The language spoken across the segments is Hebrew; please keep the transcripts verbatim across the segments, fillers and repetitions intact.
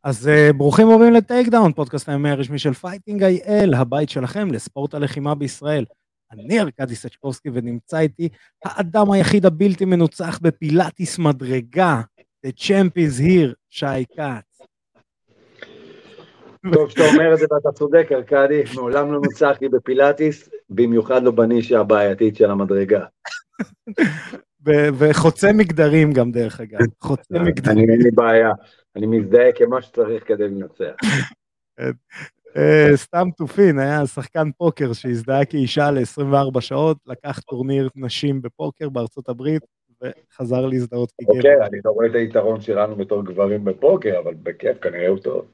אז uh, ברוכים הבאים לטייק דאון, פודקאסט הימי הרשמי של פייטינג איי אל, הבית שלכם לספורט הלחימה בישראל. אני ארקדי סצ'קובסקי ונמצא איתי האדם היחיד הבלתי מנוצח בפילאטיס מדרגה, The Champ is here, שי קאץ. טוב שאתה אומר את זה ואתה צודק, ארקדי, מעולם לא נוצחתי בפילאטיס, במיוחד לא בנישה הבעייתית של המדרגה. וחוצה מגדרים גם דרך אגב, חוצה מגדרים. אני אין לי בעיה, אני מזדהה כמה שצריך כדי לנצח. סתם תופין, היה שחקן פוקר שהזדהה כאישה ל-עשרים וארבע שעות, לקח טורניר נשים בפוקר בארצות הברית, וחזר להזדהות כגבר. אוקיי, אני לא רואה את היתרון שלנו בתור גברים בפוקר, אבל בכיף כנראה הוא טוב.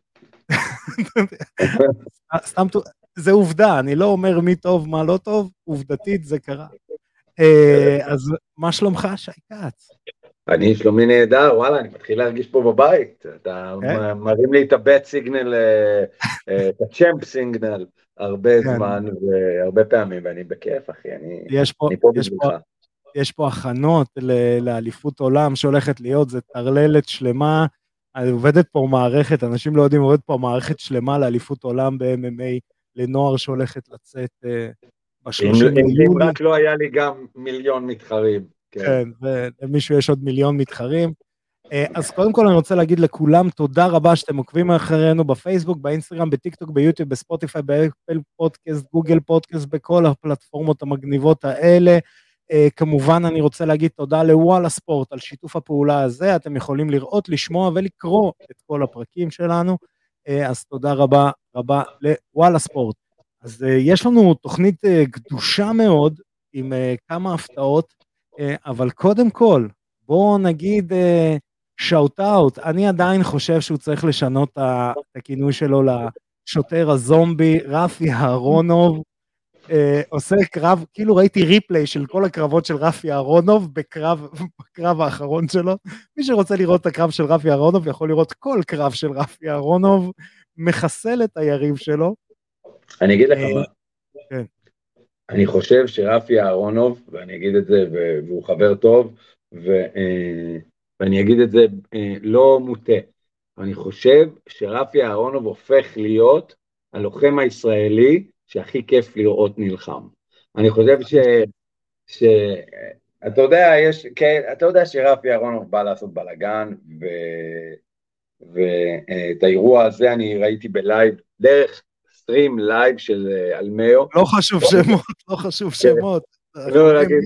סתם תופין, זה עובדה, אני לא אומר מי טוב, מה לא טוב, עובדתית זה קרה. אז מה שלומך, שי קאץ? אני שלומי נהדר, וואלה, אני מתחיל להרגיש פה בבית, אתה מרים לי את הבט סיגנל, את הצ'מפ סיגנל, הרבה זמן והרבה פעמים, ואני בכיף, אחי, אני פה בשבילך. יש פה הכנות לאליפות עולם שהולכת להיות, זה תרללת שלמה, עובדת פה מערכת, אנשים לא יודעים, עובדת פה מערכת שלמה לאליפות עולם ב-אם אם איי, לנוער שהולכת לצאת בשלושים ליולי. אם רק לא היה לי גם מיליון מתחרים. כן, ולמישהו יש עוד מיליון מתחרים. אז קודם כל אני רוצה להגיד לכולם תודה רבה שאתם עוקבים אחרינו בפייסבוק, באינסטגרם, בטיקטוק, ביוטיוב, בספוטיפיי, באפל פודקאסט, גוגל פודקאסט, בכל הפלטפורמות המגניבות האלה. כמובן אני רוצה להגיד תודה לוואלה ספורט על שיתוף הפעולה הזה, אתם יכולים לראות, לשמוע ולקרוא את כל הפרקים שלנו, אז תודה רבה רבה לוואלה ספורט. אז יש לנו תוכנית קדושה מאוד, עם כמה הפתעות, אבל קודם כל, בואו נגיד שאוט אאוט, אני עדיין חושב שהוא צריך לשנות את הכינוי שלו לשוטר הזומבי, רפי אהרונוב, עושה קרב, כאילו ראיתי ריפליי של כל הקרבות של רפי אהרונוב, בקרב, בקרב האחרון שלו, מי שרוצה לראות את הקרב של רפי אהרונוב, יכול לראות כל קרב של רפי אהרונוב, מחסל את היריב שלו. אני אגיד לך מה, כן. אני חושב שרפי אהרונוב, ואני אגיד את זה, והוא חבר טוב, ואני אגיד את זה לא מוטה, אני חושב שרפי אהרונוב הופך להיות הלוחם הישראלי שהכי כיף לראות נלחם. אני חושב ש... ש... אתה יודע, יש... אתה יודע שרפי אהרונוב בא לעשות בלגן, ו... ואת האירוע הזה אני ראיתי בלייב, דרך סטרים לייב של אלמיו. לא חשוב שמות, לא חשוב שמות. לא, נגיד,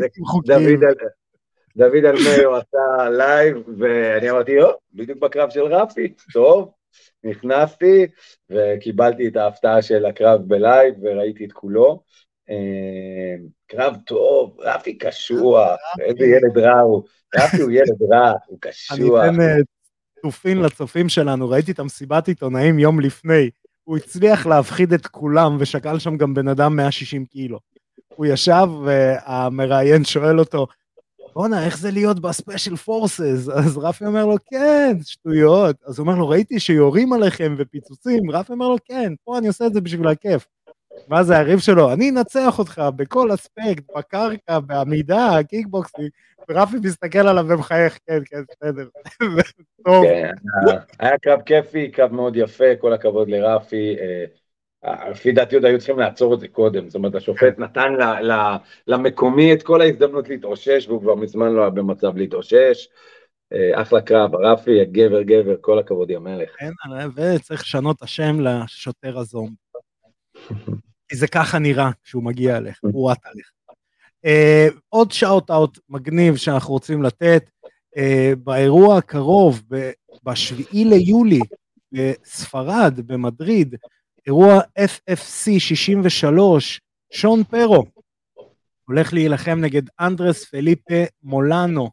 דוד אלמיו עשה לייב, ואני אמרתי, או, בדיוק בקרב של רפי, טוב, נכנסתי, וקיבלתי את ההפתעה של הקרב בלייב, וראיתי את כולו. קרב טוב, רפי קשוח, איזה ילד רע הוא, רפי הוא ילד רע, הוא קשוח. אני אתן תופין לצופים שלנו, ראיתי את המסיבת עיתונאים יום לפני, הוא הצליח להפחיד את כולם, ושקל שם גם בן אדם מאה ושישים קילו. הוא ישב, והמראיין שואל אותו, בונה, איך זה להיות בספיישל פורסס? אז רפי אומר לו, כן, שטויות. אז הוא אומר לו, ראיתי שיורים עליכם ופיצוצים. רפי אומר לו, כן, פה אני עושה את זה בשביל הכיף. מה זה הריב שלו? אני אנצח אותך בכל אספקט, בקרקע, בעמידה, קיקבוקסינג. ורפי מסתכל עליו ומחייך, כן, כן, בסדר. כן, היה קרב כיפי, קרב מאוד יפה, כל הכבוד לרפי. לפי דעתי עוד היו צריכים לעצור את זה קודם, זאת אומרת, השופט נתן למקומי את כל ההזדמנות להתאושש, והוא כבר מזמן לא היה במצב להתאושש. אחלה קרב, רפי, גבר גבר, כל הכבוד יא מלך. כן, וצריך לשנות השם לשוטר הזומבי. כי זה ככה נראה כשהוא מגיע אליך, הוא רט עליך. עוד שאוט-אוט מגניב שאנחנו רוצים לתת, באירוע הקרוב, בשביעי ליולי, בספרד, במדריד, אירוע אף אף סי שישים ושלוש, שון פרו, הולך להילחם נגד אנדרס פליפה מולנו.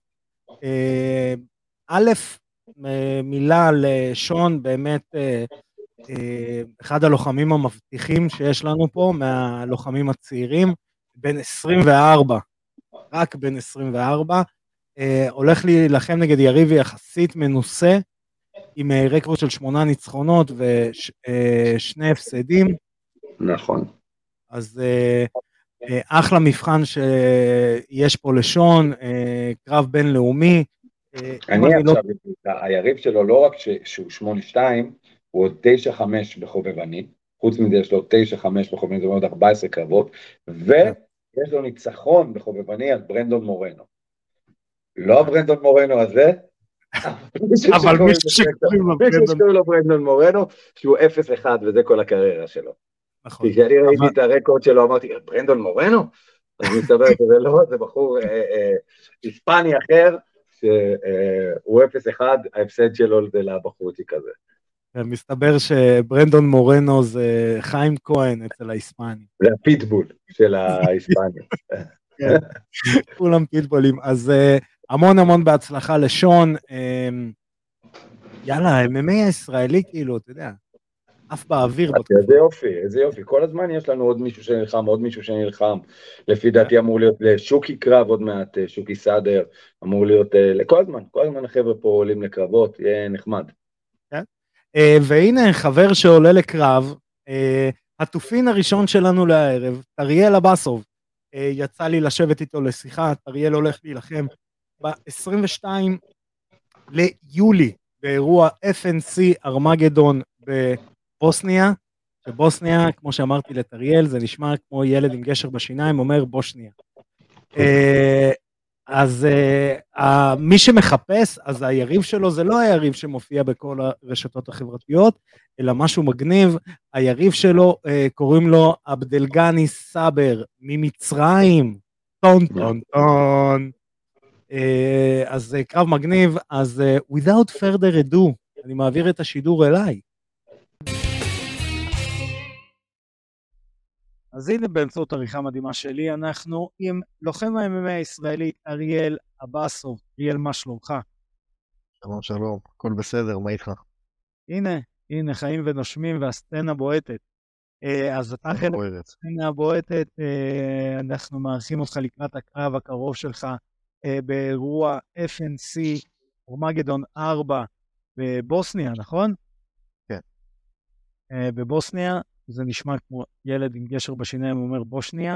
א', מילה לשון, באמת אחד הלוחמים המבטיחים שיש לנו פה, מהלוחמים הצעירים, בין עשרים וארבע, רק בין עשרים וארבע, הולך להילחם נגד יריב יחסית מנוסה, עם רקורד של שמונה ניצחונות ושני הפסדים. נכון. אז אחלה מבחן שיש פה לשון, קרב בינלאומי. אני עכשיו, היריב שלו לא רק שהוא שמונה שתיים, הוא עוד תשע חמש בחובבני, חוץ מזה יש לו תשע חמש בחובבני, זאת אומרת ארבע עשרה קרבות, ויש לו ניצחון בחובבני על ברנדון מורנו. לא ברנדון מורנו הזה, אבל מישהו שקוראים לו ברנדון מורנו, שהוא אפס אחד וזה כל הקריירה שלו. נכון. כי כשאני ראיתי את הרקורד שלו, אמרתי, ברנדון מורנו? אז מסתבר שזה לא, זה בחור היספני אחר, שהוא אפס אחד, ההפסד שלו זה לבחורצ'יק הזה. מסתבר שברנדון מורנו זה חיים כהן אצל ההיספני. זה הפיטבול של ההיספני. כולם פיטבולים. אז המון המון בהצלחה לשון. יאללה, אם אם הישראלי כאילו, אתה יודע, אף באוויר. איזה יופי, איזה יופי. כל הזמן יש לנו עוד מישהו שנלחם, עוד מישהו שנלחם. לפי דעתי אמור להיות לשוקי קרב עוד מעט, שוקי סאדר, אמור להיות לכל הזמן, כל הזמן החבר'ה פה עולים לקרבות, יהיה נחמד. והנה חבר שעולה לקרב, התופין הראשון שלנו לערב, אריאל אבסוב, יצא לי לשבת איתו לשיחה, אריאל הולך להילחם ב-עשרים ושניים ליולי, באירוע אף אן סי ארמגדון בבוסניה, שבוסניה, כמו שאמרתי לתריאל, זה נשמע כמו ילד עם גשר בשיניים, אומר בושניה. אז מי שמחפש, אז היריב שלו זה לא היריב שמופיע בכל הרשתות החברתיות, אלא משהו מגניב, היריב שלו קוראים לו עבדלגני סאבר ממצרים, טון טון טון, אז קרב מגניב, אז without further ado, אני מעביר את השידור אליי. אז הנה באמצעות עריכה מדהימה שלי, אנחנו עם לוחם ה-אם אם איי הישראלי, אריאל אבסוב. אריאל, מה שלומך? שלום שלום, הכל בסדר, מה איתך? הנה, הנה, חיים ונושמים והסצנה בועטת. אז אתה חלק מהסצנה בועטת, אנחנו מארחים אותך לקראת הקרב הקרוב שלך, באירוע אף אן סי ארמגדון ארבע בבוסניה, נכון? כן. בבוסניה, זה נשמע כמו ילד עם גשר בשיניים, הוא אומר בושניה.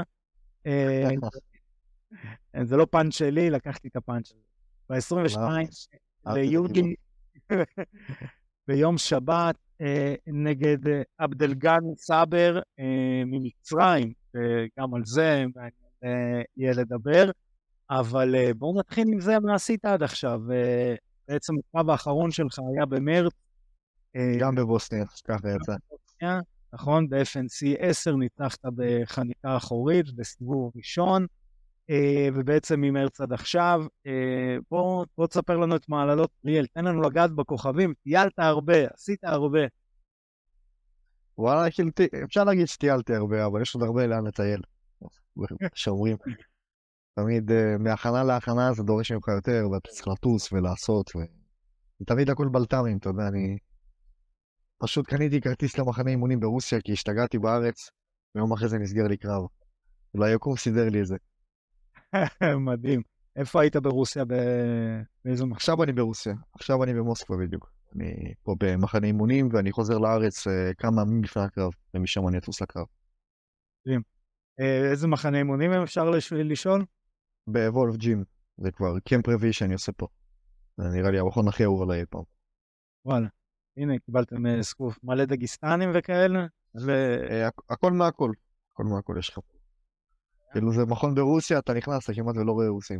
זה לא פאנץ' שלי, לקחתי את הפאנץ' שלי. ב-עשרים ושניים ליולי, ביום שבת, נגד עבדלגני סאבר ממצרים, גם על זה יהיה לדבר. אבל בואו נתחיל עם זה, מה עשית עד עכשיו? בעצם הקרב האחרון שלך היה במרץ. גם בבוסניה, ככה יצא. נכון, ב-אף אן סי עשר ניצחת בחניקה אחורית, בסיבוב ראשון, ובעצם ממרץ עד עכשיו. בוא, בוא תספר לנו את מעללות, ריאל, תן לנו לגעת בכוכבים, טיילת הרבה, עשית הרבה. וואלה, אפשר להגיד שטיילתי הרבה, אבל יש עוד הרבה לאן לטייל, שאומרים. תמיד מהכנה להכנה זה דורש ממך יותר, ואתה צריך לטוס ולעשות, ותמיד הכל בלת"מים, אתה יודע, אני פשוט קניתי כרטיס למחנה אימונים ברוסיה, כי השתגעתי בארץ, ויום אחרי זה נסגר לי קרב. אולי יקום סידר לי את זה. מדהים. איפה היית ברוסיה? באיזו מחנה? עכשיו אני ברוסיה, עכשיו אני במוסקבה בדיוק. אני פה במחנה אימונים, ואני חוזר לארץ כמה ימים לפני הקרב, ומשם אני אטוס לקרב. מדהים. איזה מחנה אימונים אפשר לשאול? בוולף ג'ים, זה כבר קמפ רביעי שאני עושה פה. זה נראה לי המכון הכי אהוב עליי פעם. וואלה, הנה קיבלתם סקוף מלא דגיסטנים וכאלה? הכל מהכל, הכל מהכל יש לך. כאילו זה מכון ברוסיה, אתה נכנס, אתה כמעט ולא רואה רוסים.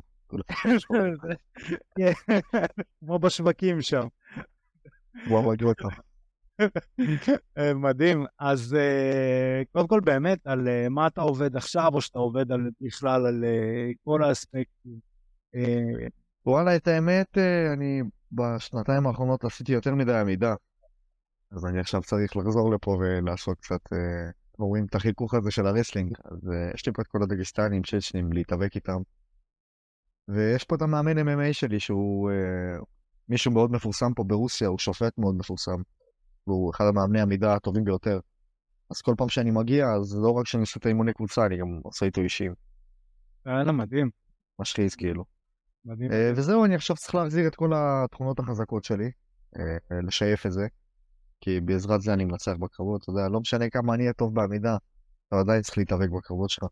כמו בשווקים שם. וואו, אני רואה ככה. מדהים. אז קודם כל באמת, על מה אתה עובד עכשיו, או שאתה עובד בכלל על כל האספקטים? וואלה, את האמת, אני בשנתיים האחרונות עשיתי יותר מדי עמידה. אז אני עכשיו צריך לחזור לפה ולעשות קצת, אומרים, את החיכוך הזה של הרסלינג. אז יש לי פה את כל הדגיסטנים, צ'צ'נים, להתאבק איתם. ויש פה את המאמן אם אם איי שלי, שהוא מישהו מאוד מפורסם פה ברוסיה, הוא שופט מאוד מפורסם. והוא אחד המאמני עמידה הטובים ביותר. אז כל פעם שאני מגיע, אז לא רק שאני עושה את האימוני קבוצה, אני גם עושה איתו אישים. יאללה, מדהים. משחיז כאילו. מדהים. וזהו, אני עכשיו צריך להחזיר את כל התכונות החזקות שלי, לשייף את זה, כי בעזרת זה אני מנצח בקרבות, אתה יודע, לא משנה כמה אני אהיה טוב בעמידה, אתה עדיין צריך להתאבק בקרבות שלך.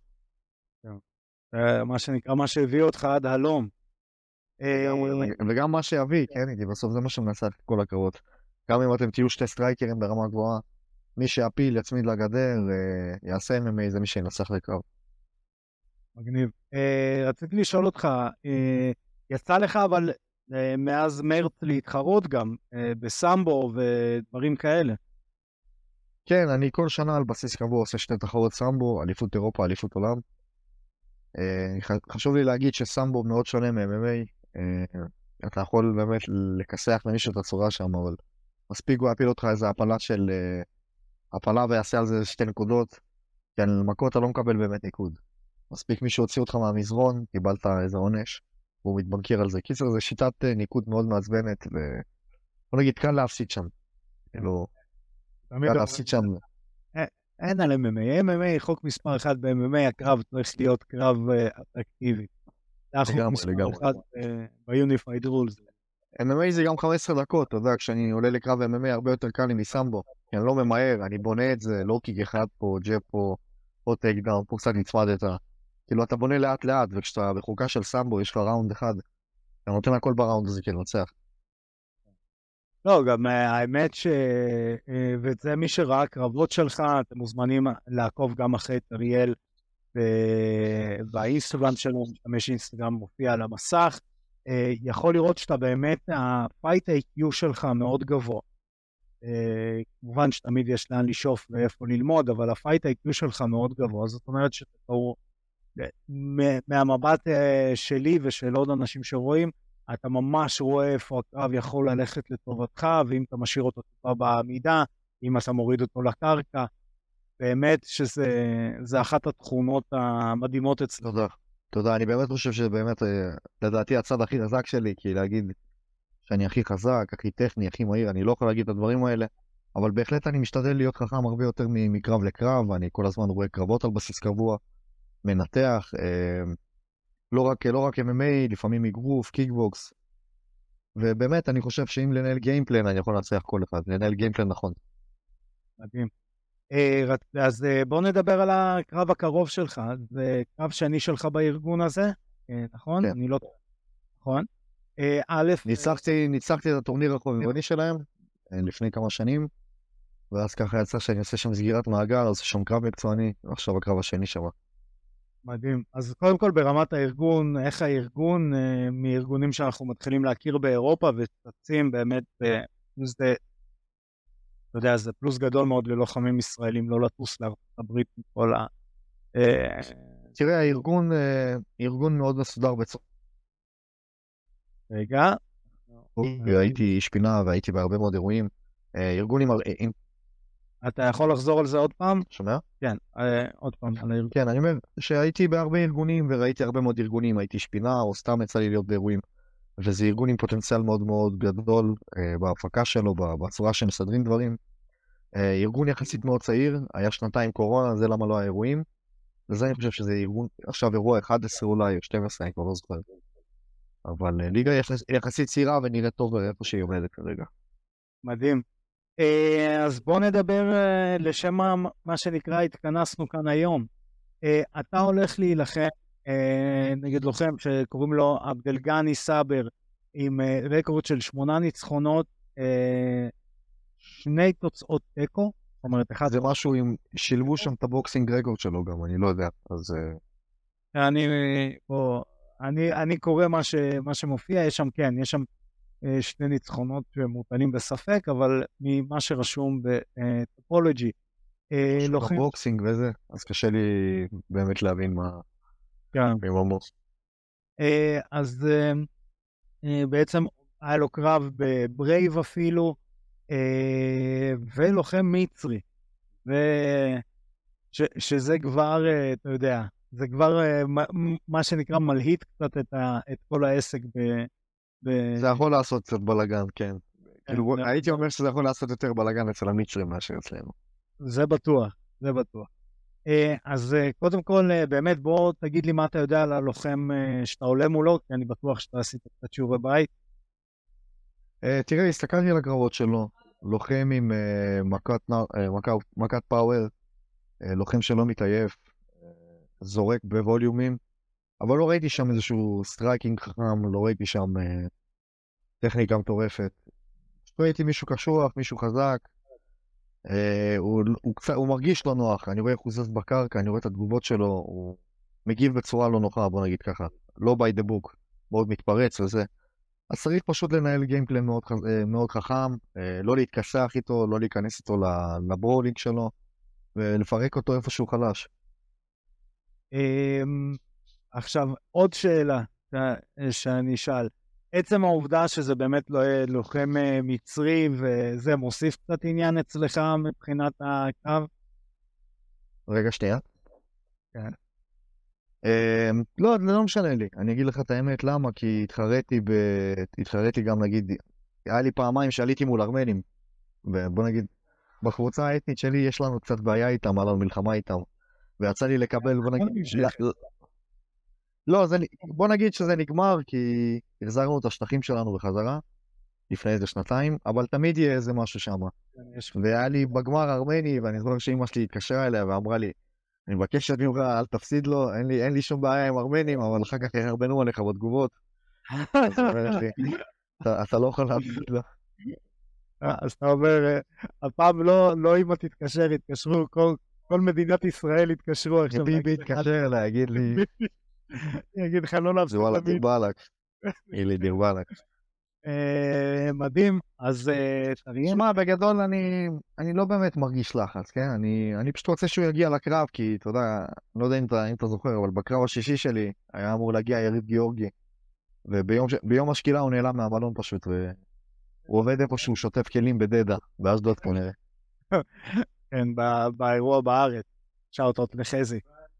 מה שנקרא, מה שהביא אותך עד הלום. וגם מה שיביא, כן, כי בסוף זה מה שמנצח את כל הקרבות. גם אם אתם תהיו שתי סטרייקרים ברמה גבוהה, מי שיפיל, יצמיד לגדר, יעשה אם אם איי, זה מי שינצח לקרב. מגניב. רציתי לשאול אותך, יצא לך אבל מאז מרץ להתחרות גם בסמבו ודברים כאלה? כן, אני כל שנה על בסיס קבוע עושה שתי תחרות סמבו, אליפות אירופה, אליפות עולם. חשוב לי להגיד שסמבו מאוד שונה מ-אם אם איי. אתה יכול באמת לכסח למישהו את הצורה שם, אבל מספיק הוא יפיל אותך איזה הפלה של הפלה ויעשה על זה שתי נקודות, כי על מכות אתה לא מקבל באמת ניקוד. מספיק מישהו הוציא אותך מהמזרון, קיבלת איזה עונש, והוא מתבנקר על זה. קיצר, זה שיטת ניקוד מאוד מעצבנת, ובוא נגיד, קל להפסיד שם. כאילו, קל להפסיד שם. אין על אם אם איי. אם אם איי, חוק מספר אחד ב-אם אם איי, הקרב צריך להיות קרב אטרקטיבי. זה החוק מספר אחד ב-Unified Rules. אם אם איי זה גם חמש עשרה דקות, אתה יודע, כשאני עולה לקרב אם אם איי הרבה יותר קל לי מסמבו, כי אני לא ממהר, אני בונה את זה, לא קיק אחד פה, ג'ב פה, פה טייק דאון, פה קצת נצמדת. כאילו אתה בונה לאט לאט, וכשאתה בחוקה של סמבו יש לך ראונד אחד, אתה נותן הכל בראונד הזה כאילו נצח. לא, גם האמת ש... וזה מי שראה קרבות שלך, אתם מוזמנים לעקוב גם אחרי את אריאל באינסטגרם שלו, משתמש אינסטגרם מופיע על המסך, יכול לראות שאתה באמת, הפייט איי קיו שלך מאוד גבוה. כמובן שתמיד יש לאן לשאוף ואיפה ללמוד, אבל הפייט איי קיו שלך מאוד גבוה, זאת אומרת שאתה מהמבט שלי ושל עוד אנשים שרואים, אתה ממש רואה איפה הקרב יכול ללכת לטובתך, ואם אתה משאיר אותו טיפה בעמידה, אם אתה מוריד אותו לקרקע, באמת שזה אחת התכונות המדהימות אצלנו. תודה, תודה, אני באמת חושב שבאמת, לדעתי הצד הכי חזק שלי, כי להגיד שאני הכי חזק, הכי טכני, הכי מהיר, אני לא יכול להגיד את הדברים האלה, אבל בהחלט אני משתדל להיות חכם הרבה יותר מקרב לקרב, אני כל הזמן רואה קרבות על בסיס קבוע, מנתח, אה, לא רק, לא רק אם אם איי, לפעמים אגרוף, קיקבוקס, ובאמת אני חושב שאם לנהל גיימפלן אני יכול להצליח כל אחד, לנהל גיימפלן נכון. מדהים. אה, אז בוא נדבר על הקרב הקרוב שלך, זה קרב שני שלך בארגון הזה, אה, נכון? כן. אני לא... נכון? אה, א', ניצחתי, ניצחתי את הטורניר החובבני שלהם, לפני כמה שנים, ואז ככה יצא שאני עושה שם סגירת מעגל, עושה שם קרב מקצועני, ועכשיו הקרב השני שם. מדהים. אז קודם כל ברמת הארגון, איך הארגון, אה, מארגונים שאנחנו מתחילים להכיר באירופה וצצים באמת בפלוס דה, אתה יודע, זה פלוס גדול מאוד ללוחמים ישראלים, לא לטוס לארצות הברית מכל ה... אה, תראה, הארגון, אה, ארגון מאוד מסודר בצורה. רגע. הייתי איש פינה והייתי בהרבה מאוד אירועים. אה, ארגון עם... עם... אתה יכול לחזור על זה עוד פעם? שומע? כן, אה, עוד פעם על הארגון. כן, אני אומר שהייתי בהרבה ארגונים וראיתי הרבה מאוד ארגונים, הייתי שפינה או סתם יצא לי להיות באירועים, וזה ארגון עם פוטנציאל מאוד מאוד גדול אה, בהפקה שלו, בצורה שמסדרים דברים. אה, ארגון יחסית מאוד צעיר, היה שנתיים קורונה, זה למה לא האירועים, וזה אני חושב שזה ארגון, עכשיו אירוע אחד עשר אולי, או שתים עשרה, אני כבר לא זוכר. אבל אה, ליגה יחס, יחסית צעירה ונראית טוב איפה שהיא עומדת כרגע. מדהים. אז בוא נדבר לשם מה שנקרא התכנסנו כאן היום. אתה הולך להילחם נגד לוחם שקוראים לו עבדלגני סאבר עם רקורד של שמונה ניצחונות, שני תוצאות תיקו, זאת אומרת אחד... זה משהו אם שילבו שם את הבוקסינג רקורד שלו גם, אני לא יודע, אז... אני, בוא, אני, אני קורא מה, ש, מה שמופיע, יש שם, כן, יש שם שני ניצחונות שמוטלים בספק, אבל ממה שרשום בטופולוגי, לוחם... בוקסינג וזה, אז קשה לי באמת להבין מה... כן. מממוס. אז בעצם היה לו קרב בברייב אפילו, ולוחם מצרי, ש, שזה כבר, אתה יודע, זה כבר מה שנקרא מלהיט קצת את, ה, את כל העסק ב... ב... זה יכול לעשות קצת בלגן, כן. כאילו, הייתי אומר שזה יכול לעשות יותר בלגן אצל המצרים מאשר אצלנו. זה בטוח, זה בטוח. אז קודם כל, באמת, בוא תגיד לי מה אתה יודע על הלוחם שאתה עולה מולו, כי אני בטוח שאתה עשית קצת שיעורי בית. תראה, הסתכלתי על הקרבות שלו, לוחם עם מכת פאוור, לוחם שלא מתעייף, זורק בווליומים, אבל לא ראיתי שם איזשהו סטרייקינג חכם, לא ראיתי שם טכניקה מטורפת. ראיתי מישהו קשוח, מישהו חזק, אה, הוא, הוא, קצת, הוא מרגיש לא נוח, אני רואה איך הוא זז בקרקע, אני רואה את התגובות שלו, הוא מגיב בצורה לא נוחה, בוא נגיד ככה, לא by the book, מאוד מתפרץ וזה. אז צריך פשוט לנהל גיימפלי מאוד, מאוד חכם, לא להתכסח איתו, לא להיכנס איתו לברולינג שלו, ולפרק אותו איפה שהוא חלש. עכשיו, עוד שאלה שאני אשאל. עצם העובדה שזה באמת לוחם מצרי, וזה מוסיף קצת עניין אצלך מבחינת הקו? רגע, שנייה. כן. לא, זה לא משנה לי. אני אגיד לך את האמת, למה? כי התחרתי ב... התחרתי גם, נגיד, היה לי פעמיים שעליתי מול ארמנים, ובוא נגיד, בקבוצה האתנית שלי יש לנו קצת בעיה איתם, על המלחמה איתם, ויצא לי לקבל, בוא נגיד... לא, בוא נגיד שזה נגמר, כי החזרנו את השטחים שלנו בחזרה, לפני איזה שנתיים, אבל תמיד יהיה איזה משהו שם. והיה לי בגמר ארמני, ואני זוכר שאמא שלי התקשרה אליה ואמרה לי, אני מבקש שאני אומר, אל תפסיד לו, אין לי, אין לי שום בעיה עם ארמנים, אבל אחר כך ירבנו עליך בתגובות. אתה, אתה לא יכול להפסיד לו. אז אתה אומר, הפעם לא, לא אמא תתקשר, התקשרו, כל, כל מדינת ישראל התקשרו. ביבי התקשר אליי, יגיד לי... יגיד לך לא להפסיד. זה וואלה דיר בלק. אילי דיר בלק. מדהים, אז תראה. שמע, בגדול אני, אני לא באמת מרגיש לחץ, כן? אני, אני פשוט רוצה שהוא יגיע לקרב, כי אתה יודע, לא יודע אם אתה, אם אתה זוכר, אבל בקרב השישי שלי היה אמור להגיע יריב גיאורגי, וביום ביום השקילה הוא נעלם מהמלון פשוט, והוא עובד איפה שהוא שוטף כלים בדדה, באשדוד כנראה. כן, באירוע בארץ, שאוטות לחזי.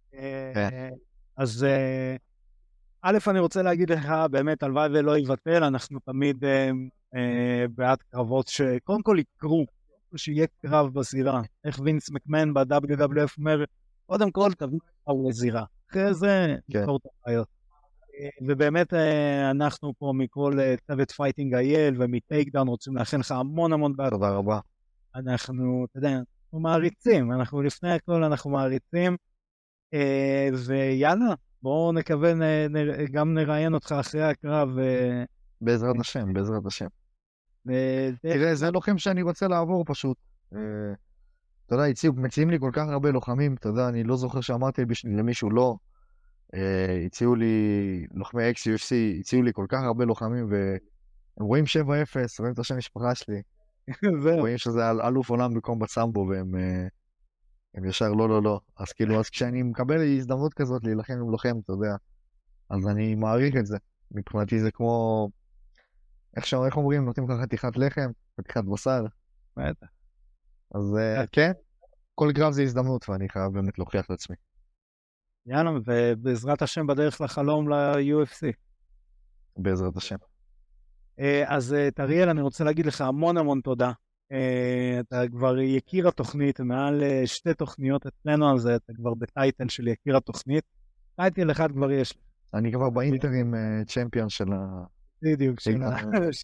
אז א', אני רוצה להגיד לך, באמת, הלוואי ולא יבטל, אנחנו תמיד אה, אה, בעד קרבות שקודם כל יקרו, שיהיה קרב בזירה. איך וינס מקמן ב-דאבליו דאבליו אף אומר, קודם כל תביא קרב לזירה. אחרי זה נפתור את הבעיות. ובאמת אה, אנחנו פה מכל אה, צוות פייטינג אייל ומטייקדאון רוצים לאחל לך המון המון בעד. תודה רבה. אנחנו, אתה יודע, אנחנו מעריצים, אנחנו לפני הכל אנחנו מעריצים, אה, ויאללה. בואו נקווה, גם נראיין אותך אחרי הקרב. בעזרת השם, בעזרת השם. תראה, זה לוחם שאני רוצה לעבור פשוט. אתה יודע, מציעים לי כל כך הרבה לוחמים, אתה יודע, אני לא זוכר שאמרתי למישהו לא. הציעו לי, לוחמי אקס יו אף סי, הציעו לי כל כך הרבה לוחמים, והם רואים שבע אפס, רואים את השם משפחה שלי. רואים שזה אלוף עולם במקום בסמבו, והם... הם ישר לא, לא, לא. אז כאילו, אז כשאני מקבל הזדמנות כזאת להילחם עם לוחם, אתה יודע, אז אני מעריך את זה. מבחינתי זה כמו, איך שאומרים, איך אומרים, נותנים לך חתיכת לחם, חתיכת בשר. בטח. אז כן, כל קרב זה הזדמנות, ואני חייב באמת להוכיח את עצמי. יאללה, ובעזרת השם בדרך לחלום ל-יו אף סי. בעזרת השם. אז תריאל, אני רוצה להגיד לך המון המון תודה. אתה כבר יקיר התוכנית, מעל שתי תוכניות אצלנו, אז אתה כבר בטייטל של יקיר התוכנית. טייטל אחד כבר יש. אני כבר באינטרים צ'מפיון של ה... בדיוק, של ה...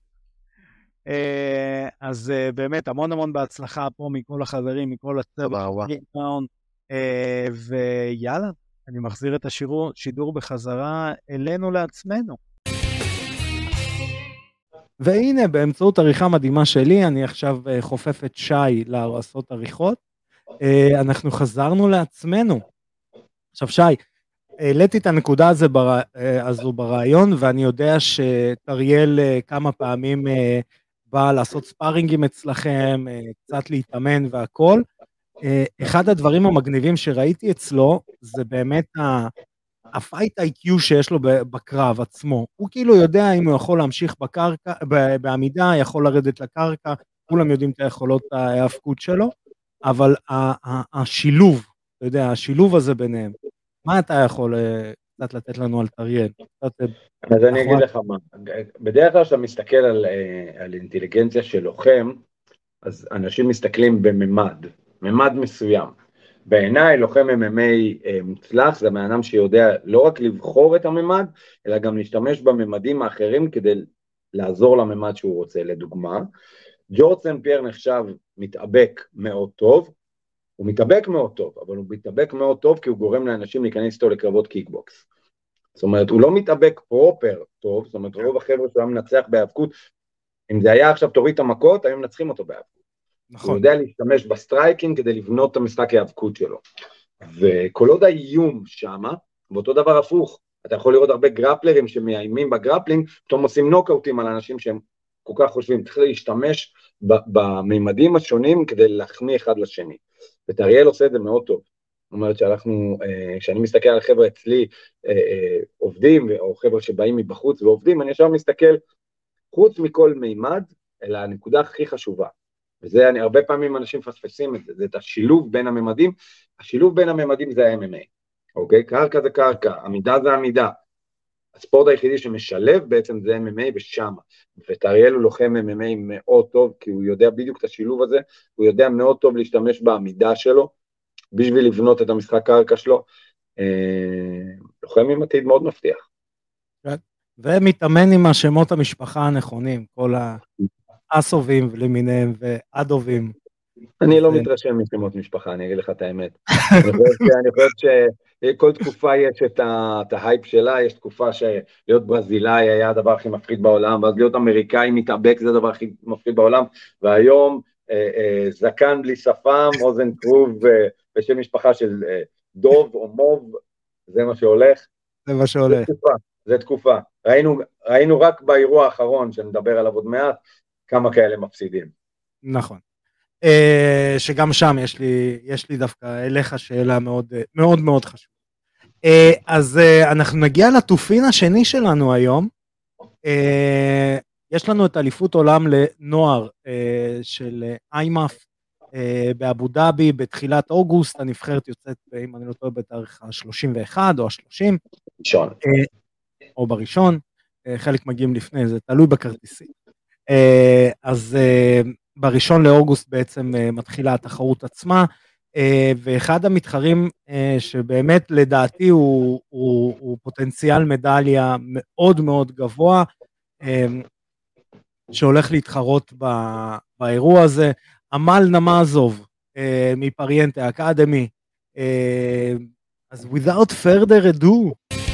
אז באמת המון המון בהצלחה פה מכל החברים, מכל הצוות. תודה רבה. ויאללה, אני מחזיר את השידור בחזרה אלינו לעצמנו. והנה, באמצעות עריכה מדהימה שלי, אני עכשיו חופף את שי לעשות עריכות, אנחנו חזרנו לעצמנו. עכשיו שי, העליתי את הנקודה הזו, בר... הזו ברעיון, ואני יודע שתריאל כמה פעמים בא לעשות ספארינגים אצלכם, קצת להתאמן והכל. אחד הדברים המגניבים שראיתי אצלו, זה באמת ה... הפייט איי קיו שיש לו בקרב עצמו, הוא כאילו יודע אם הוא יכול להמשיך בקרקע, בעמידה, יכול לרדת לקרקע, כולם יודעים את היכולות ההאבקות שלו, אבל השילוב, אתה יודע, השילוב הזה ביניהם, מה אתה יכול קצת לתת לנו על תריאל? אז אני אגיד לך מה, בדרך כלל כשאתה מסתכל על, על אינטליגנציה של לוחם, אז אנשים מסתכלים בממד, ממד מסוים. בעיניי לוחם אם אם איי מוצלח זה מאדם שיודע לא רק לבחור את הממד, אלא גם להשתמש בממדים האחרים כדי לעזור לממד שהוא רוצה. לדוגמה, ג'ורג' סן פייר נחשב מתאבק מאוד טוב, הוא מתאבק מאוד טוב, אבל הוא מתאבק מאוד טוב כי הוא גורם לאנשים להיכנס איתו לקרבות קיקבוקס. זאת אומרת, הוא לא מתאבק פרופר טוב, זאת אומרת, רוב החבר'ה שהוא היה מנצח בהיאבקות, אם זה היה עכשיו תוריד את המכות, היו מנצחים אותו בהיאבקות. נכון. הוא יודע להשתמש בסטרייקינג כדי לבנות את המשחק ההיאבקות שלו. וכל עוד האיום שמה, ואותו דבר הפוך, אתה יכול לראות הרבה גרפלרים שמאיימים בגרפלינג, פתאום עושים נוקאוטים על אנשים שהם כל כך חושבים, צריך להשתמש בממדים השונים כדי להחמיא אחד לשני. ותריאל עושה את זה מאוד טוב. זאת אומרת שאנחנו, כשאני מסתכל על חבר'ה אצלי עובדים, או חבר'ה שבאים מבחוץ ועובדים, אני ישר מסתכל חוץ מכל מימד, אלא הנקודה הכי חשובה. וזה, אני, הרבה פעמים אנשים פספסים את זה, זה את השילוב בין הממדים, השילוב בין הממדים זה ה-אם אם איי, אוקיי? קרקע זה קרקע, עמידה זה עמידה. הספורט היחידי שמשלב בעצם זה אם אם איי ושם, ותריאל הוא לוחם אם אם איי מאוד טוב, כי הוא יודע בדיוק את השילוב הזה, הוא יודע מאוד טוב להשתמש בעמידה שלו, בשביל לבנות את המשחק קרקע שלו, לוחם עם עתיד מאוד מבטיח. ומתאמן עם השמות המשפחה הנכונים, כל האסובים למיניהם ואדובים. אני לא מתרשם משמות משפחה, אני אגיד לך את האמת. אני חושב שכל תקופה יש את ההייפ שלה, יש תקופה שלהיות ברזילאי היה הדבר הכי מפחיד בעולם, ואז להיות אמריקאי מתאבק זה הדבר הכי מפחיד בעולם, והיום זקן בלי שפם, אוזן כרוב ושם משפחה של דוב או מוב, זה מה שהולך. זה מה שהולך. זה תקופה. ראינו, ראינו רק באירוע האחרון, שנדבר עליו עוד מעט, כמה כאלה מפסידים. נכון. שגם שם יש לי, יש לי דווקא אליך שאלה מאוד, מאוד מאוד חשובה. אז אנחנו נגיע לתופין השני שלנו היום. יש לנו את אליפות עולם לנוער של איימאף באבו דאבי בתחילת אוגוסט, הנבחרת יוצאת, אם אני לא טועה, בתאריך ה-שלושים ואחד או ה-שלושים. ראשון. או בראשון, חלק מגיעים לפני, זה תלוי בכרטיסים. אז בראשון לאוגוסט בעצם מתחילה התחרות עצמה, ואחד המתחרים שבאמת לדעתי הוא, הוא, הוא פוטנציאל מדליה מאוד מאוד גבוה, שהולך להתחרות באירוע הזה, עמל נמזוב מפריאנטה אקדמי, אז without further ado,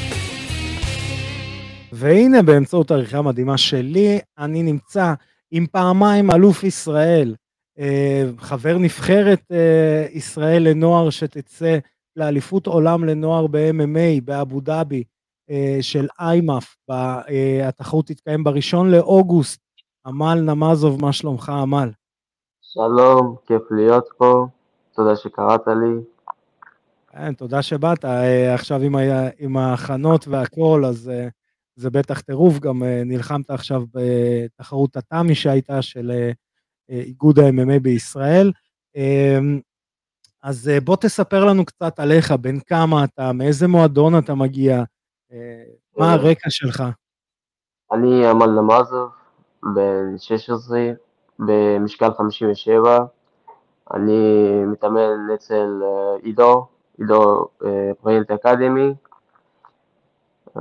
והנה באמצעות העריכה המדהימה שלי, אני נמצא עם פעמיים אלוף ישראל, חבר נבחרת ישראל לנוער שתצא לאליפות עולם לנוער ב-אם אם איי באבו דאבי של איימאף, התחרות תתקיים בראשון לאוגוסט, עמל נמזוב, מה שלומך עמל? שלום, כיף להיות פה, תודה שקראת לי. כן, תודה שבאת, עכשיו עם, ה... עם ההכנות והכל, אז זה בטח טירוף, גם נלחמת עכשיו בתחרות הטאמי שהייתה של איגוד ה-אם אם איי בישראל, אז בוא תספר לנו קצת עליך, בין כמה אתה, מאיזה מועדון אתה מגיע, מה הרקע שלך? אני עמל נמזוב, בן שש עשרה, במשקל חמישים ושבע, אני מתאמן אצל עידו, עידו פריאנטה אקדמי, ו...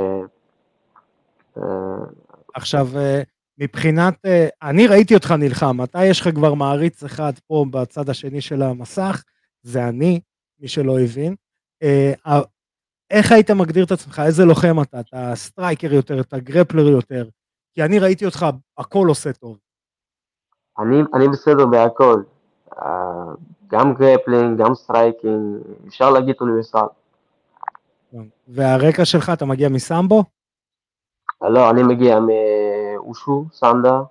עכשיו, מבחינת, אני ראיתי אותך נלחם, אתה יש לך כבר מעריץ אחד פה בצד השני של המסך, זה אני, מי שלא הבין, איך היית מגדיר את עצמך, איזה לוחם אתה, אתה סטרייקר יותר, אתה גרפלר יותר, כי אני ראיתי אותך, הכל עושה טוב. אני, אני בסדר בהכל, גם גרפלינג, גם סטרייקינג, אפשר להגיד אוניברסל. והרקע שלך, אתה מגיע מסמבו? לא, אני מגיע מאושו, סנדה.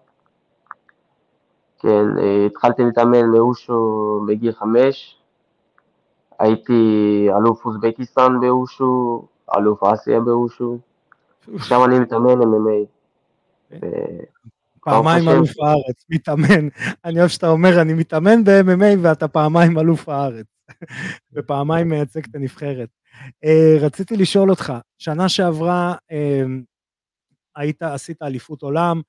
כן, התחלתי להתאמן מאושו בגיל חמש. הייתי אלוף אוזבקיסטן באושו, אלוף אסיה באושו. עכשיו אני מתאמן אם אם איי. פעמיים אלוף הארץ, מתאמן. אני אוהב שאתה אומר, אני מתאמן ב-אם אם איי ואתה פעמיים אלוף הארץ. ופעמיים מייצג את הנבחרת. רציתי לשאול אותך, שנה שעברה, היית, עשית אליפות עולם,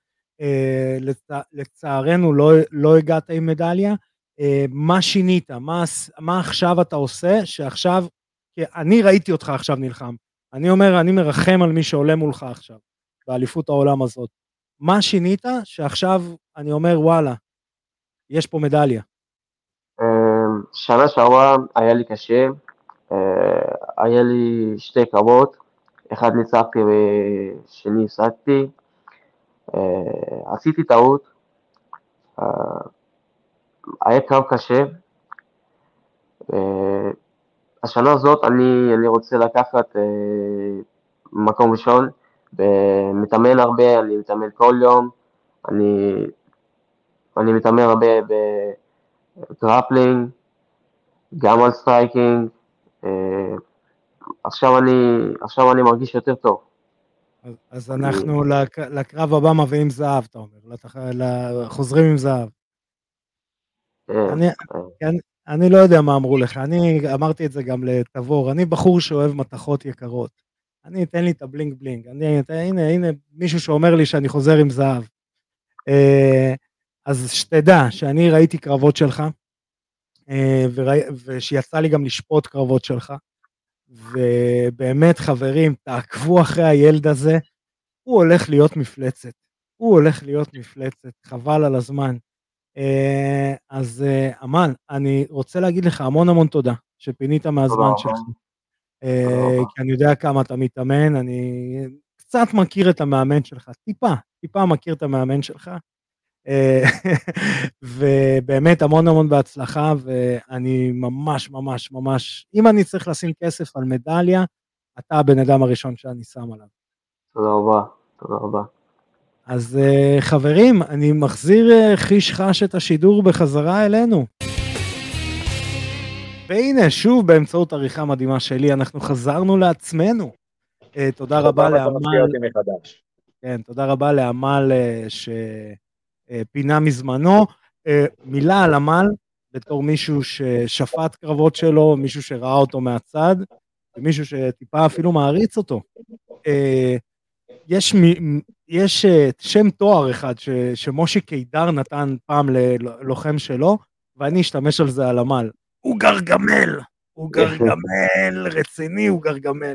לצערנו לא, לא הגעת עם מדליה, מה שינית, מה, מה עכשיו אתה עושה, שעכשיו, אני ראיתי אותך עכשיו נלחם, אני אומר, אני מרחם על מי שעולה מולך עכשיו, באליפות העולם הזאת, מה שינית, שעכשיו אני אומר, וואלה, יש פה מדליה. שנה שעברה היה לי קשה, היה לי שתי קרבות, אחד ניצחתי ושני הפסדתי, אה, עשיתי טעות, אה, היה קרב קשה, אה, השנה הזאת אני, אני רוצה לקחת אה, מקום ראשון, ומתאמן הרבה, אני מתאמן כל יום, אני, אני מתאמן הרבה בגרפלינג, גם על סטרייקינג, אה, עכשיו אני, עכשיו אני מרגיש יותר טוב. אז, אז אנחנו לק, לקרב הבא מביאים זהב, אתה אומר, לתח, חוזרים עם זהב. אה, אני, אה, אני, אני לא יודע מה אמרו לך, אני אמרתי את זה גם לתבור, אני בחור שאוהב מתכות יקרות. אני, תן לי את הבלינג בלינג, אני, הנה, הנה, מישהו שאומר לי שאני חוזר עם זהב. אה, אז שתדע שאני ראיתי קרבות שלך, אה, וראי, ושיצא לי גם לשפוט קרבות שלך, ובאמת חברים, תעקבו אחרי הילד הזה, הוא הולך להיות מפלצת, הוא הולך להיות מפלצת, חבל על הזמן. אז אמל, אני רוצה להגיד לך המון המון תודה, שפינית מהזמן שלך, כי אני יודע כמה אתה מתאמן, אני קצת מכיר את המאמן שלך, טיפה, טיפה מכיר את המאמן שלך, ובאמת המון המון בהצלחה, ואני ממש ממש ממש, אם אני צריך לשים כסף על מדליה, אתה הבן אדם הראשון שאני שם עליו. תודה רבה, תודה רבה. אז חברים, אני מחזיר חיש חש את השידור בחזרה אלינו. והנה, שוב באמצעות עריכה מדהימה שלי, אנחנו חזרנו לעצמנו. תודה רבה לאמל. כן, תודה רבה לאמל שפינה מזמנו. מילה על אמל, בתור מישהו ששפט קרבות שלו, מישהו שראה אותו מהצד, ומישהו שטיפה אפילו מעריץ אותו. יש, יש שם תואר אחד ש, שמושי קידר נתן פעם ללוחם שלו, ואני אשתמש על זה על אמל. הוא גרגמל, הוא גרגמל, רציני, הוא גרגמל.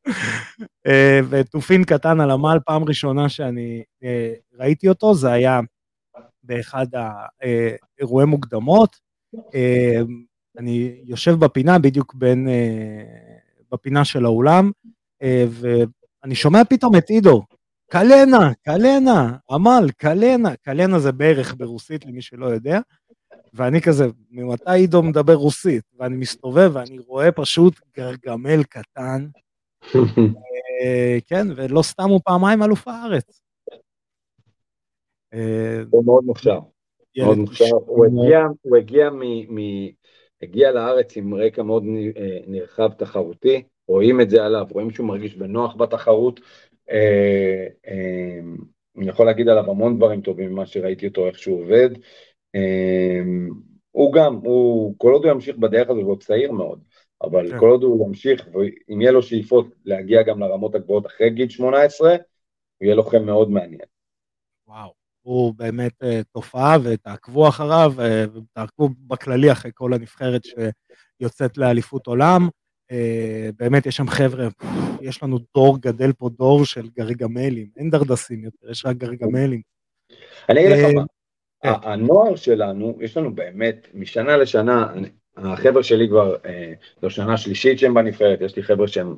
ותופין קטן על אמל, פעם ראשונה שאני ראיתי אותו, זה היה באחד האירועי מוקדמות. אני יושב בפינה, בדיוק בין, בפינה של האולם, ו... אני שומע פתאום את עידו, קלנה, קלנה, אמל, קלנה, קלנה זה בערך ברוסית למי שלא יודע, ואני כזה, ממתי עידו מדבר רוסית, ואני מסתובב ואני רואה פשוט גרגמל קטן, כן, ולא סתם הוא פעמיים אלוף הארץ. הוא מאוד מוכשר, מאוד מוכשר, הוא הגיע מ... הגיע לארץ עם רקע מאוד נרחב תחרותי, רואים את זה עליו, רואים שהוא מרגיש בנוח בתחרות, אה, אה, אני יכול להגיד עליו המון דברים טובים ממה שראיתי אותו, איך שהוא עובד, אה, הוא גם, הוא, כל עוד הוא ימשיך בדרך הזו, הוא צעיר מאוד, אבל כן. כל עוד הוא ימשיך, ואם יהיה לו שאיפות להגיע גם לרמות הגבוהות אחרי גיל שמונה עשרה, הוא יהיה לוחם מאוד מעניין. וואו, הוא באמת uh, תופעה, ותעקבו אחריו, uh, ותעקבו בכללי אחרי כל הנבחרת שיוצאת לאליפות עולם, Uh, באמת יש שם חבר'ה, יש לנו דור גדל פה, דור של גרגמלים, אין דרדסים יותר, יש רק גרגמלים. אני אגיד לך מה, הנוער שלנו, יש לנו באמת, משנה לשנה, החבר'ה שלי כבר, זו שנה שלישית שהם בנבחרת, יש לי חבר'ה שהם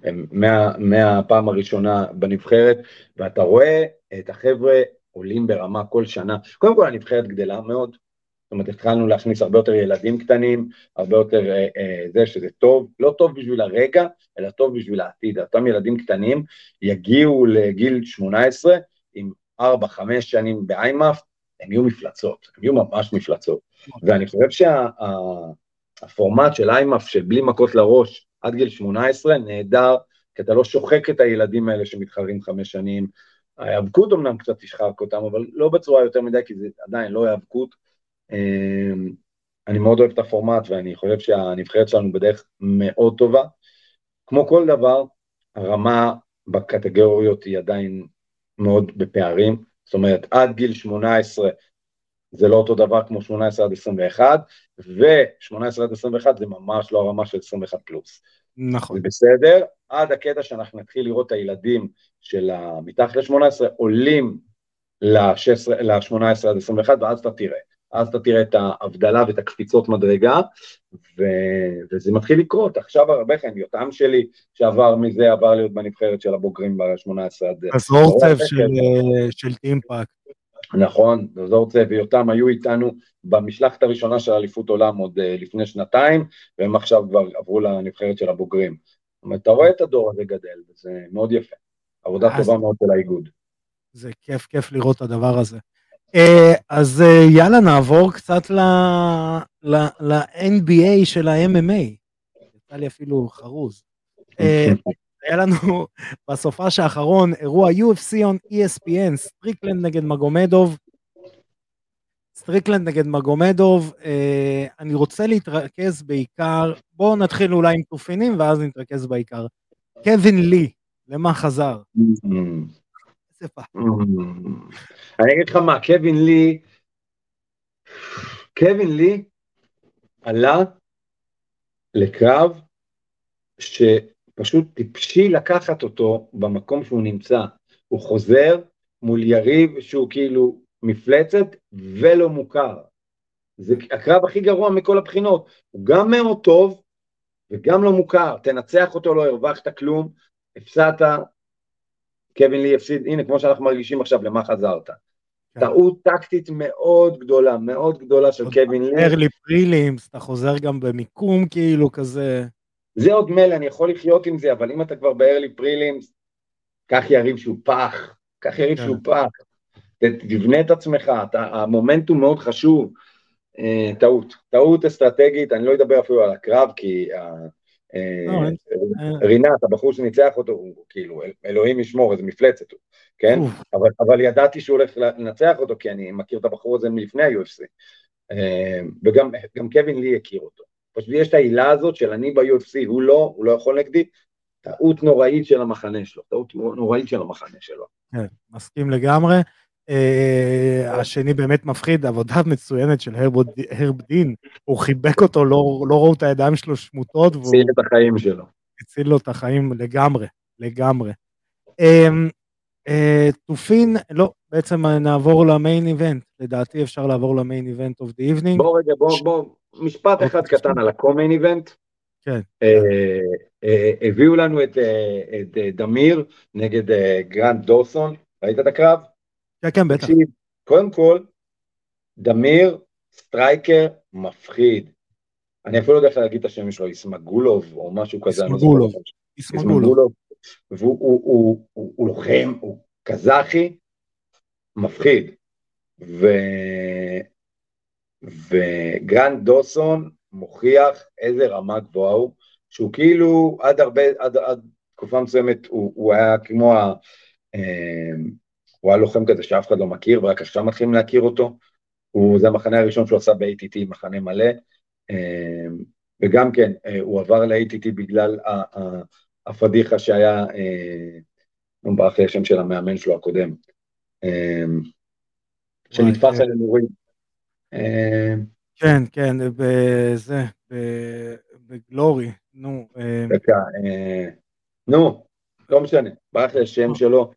מהפעם הראשונה בנבחרת, ואתה רואה את החבר'ה עולים ברמה כל שנה, קודם כל הנבחרת גדלה מאוד, זאת אומרת, התחלנו להכניס הרבה יותר ילדים קטנים, הרבה יותר אה, אה, זה שזה טוב, לא טוב בשביל הרגע, אלא טוב בשביל העתיד. אותם ילדים קטנים יגיעו לגיל שמונה עשרה, עם ארבע חמש שנים באיימאף, הם יהיו מפלצות, הם יהיו ממש מפלצות. ואני חושב שהפורמט שה, של איימאף, של בלי מכות לראש, עד גיל שמונה עשרה, נהדר, כי אתה לא שוחק את הילדים האלה שמתחרים חמש שנים, ההיאבקות אמנם קצת תשחק אותם, אבל לא בצורה יותר מדי, כי זה עדיין לא היאבקות, אני מאוד אוהב את הפורמט, ואני חושב שהנבחרת שלנו בדרך מאוד טובה. כמו כל דבר, הרמה בקטגוריות היא עדיין מאוד בפערים, זאת אומרת, עד גיל שמונה עשרה זה לא אותו דבר כמו שמונה עשרה עד עשרים ואחת, ו-שמונה עשרה עד עשרים ואחת זה ממש לא הרמה של עשרים ואחת פלוס. נכון. זה בסדר, עד הקטע שאנחנו נתחיל לראות את הילדים של מתחת ל-שמונה עשרה עולים ל-שמונה עשרה עד עשרים ואחת, ואז אתה תראה. אז אתה תראה את ההבדלה ואת הקפיצות מדרגה, ו- וזה מתחיל לקרות. עכשיו הרבה חיים, יותם שלי, שעבר מזה, עבר להיות בנבחרת של הבוגרים ב-שמונה עשרה עד... אז אורצב של, של טימפאקט. נכון, זורצב ויותם היו איתנו במשלחת הראשונה של אליפות עולם עוד לפני שנתיים, והם עכשיו כבר עברו לנבחרת של הבוגרים. זאת אומרת, אתה רואה את הדור הזה גדל, וזה מאוד יפה. עבודה טובה מאוד של האיגוד. זה כיף, כיף לראות את הדבר הזה. אז יאללה, נעבור קצת ל-אן בי איי של ה-אם אם איי. יצא לי אפילו חרוז. היה לנו בסופש האחרון אירוע יו אף סי on אי אס פי אן, סטריקלנד נגד מגומדוב. סטריקלנד נגד מגומדוב. אני רוצה להתרכז בעיקר, בואו נתחיל אולי עם תופינים, ואז נתרכז בעיקר. קווין לי, למה חזר? אני אגיד לך מה, קווין לי, קווין לי עלה לקרב שפשוט טיפשי לקחת אותו במקום שהוא נמצא. הוא חוזר מול יריב שהוא כאילו מפלצת ולא מוכר. זה הקרב הכי גרוע מכל הבחינות. הוא גם מאוד טוב וגם לא מוכר. תנצח אותו, לא הרווחת כלום, הפסדת, קווין לי הפסיד, הנה כמו שאנחנו מרגישים עכשיו, למה חזרת? טעות טקטית מאוד גדולה, מאוד גדולה של קווין לי. ארלי פרילימס, אתה חוזר גם במיקום כאילו כזה. זה עוד מלא, אני יכול לחיות עם זה, אבל אם אתה כבר בארלי פרילימס, קח יריב שהוא פח, קח יריב שהוא פח, תבנה את עצמך, המומנטום מאוד חשוב, טעות, טעות אסטרטגית, אני לא אדבר אפילו על הקרב, כי רינת, הבחור שניצח אותו, הוא כאילו, אלוהים ישמור, איזה מפלצת הוא, כן? אבל ידעתי שהוא הולך לנצח אותו, כי אני מכיר את הבחור הזה מלפני ה-יו אף סי, וגם קווין לי הכיר אותו. פשוט יש את העילה הזאת של אני ב-יו אף סי, הוא לא, הוא לא יכול נגדי, טעות נוראית של המחנה שלו, טעות נוראית של המחנה שלו. כן, מסכים לגמרי. השני באמת מפחיד, עבודה מצוינת של הרב דין, הוא חיבק אותו, לא ראו את הידיים שלו שמוטות, הציל את החיים שלו. הציל לו את החיים לגמרי, לגמרי. תופין, לא, בעצם נעבור למיין איבנט, לדעתי אפשר לעבור למיין איבנט of the evening. בוא רגע, בוא, בוא, משפט אחד קטן על הקומיין איבנט. כן. הביאו לנו את דמיר נגד גרנט דורסון, ראית את הקרב? כן, כן, בטח. קודם כל, דמיר, סטרייקר, מפחיד. אני אפילו לא יודע איך להגיד את השם שלו, איסמגולוב, או משהו כזה. איסמגולוב. איסמגולוב. והוא לוחם, הוא קזחי, מפחיד. וגרנט דורסון מוכיח איזה רמה גבוהה הוא, שהוא כאילו עד הרבה, עד תקופה מסוימת, הוא היה כמו ה... הוא היה לוחם כזה שאף אחד לא מכיר, ורק עכשיו מתחילים להכיר אותו, זה המחנה הראשון שהוא עשה ב-איי טי טי, מחנה מלא, וגם כן, הוא עבר ל-איי טי טי בגלל הפדיחה שהיה, לא ברח לי השם של המאמן שלו הקודם, שנתפס על הימורים. כן, כן, בזה, בגלורי, נו. נו, לא משנה, ברח לי השם שלו,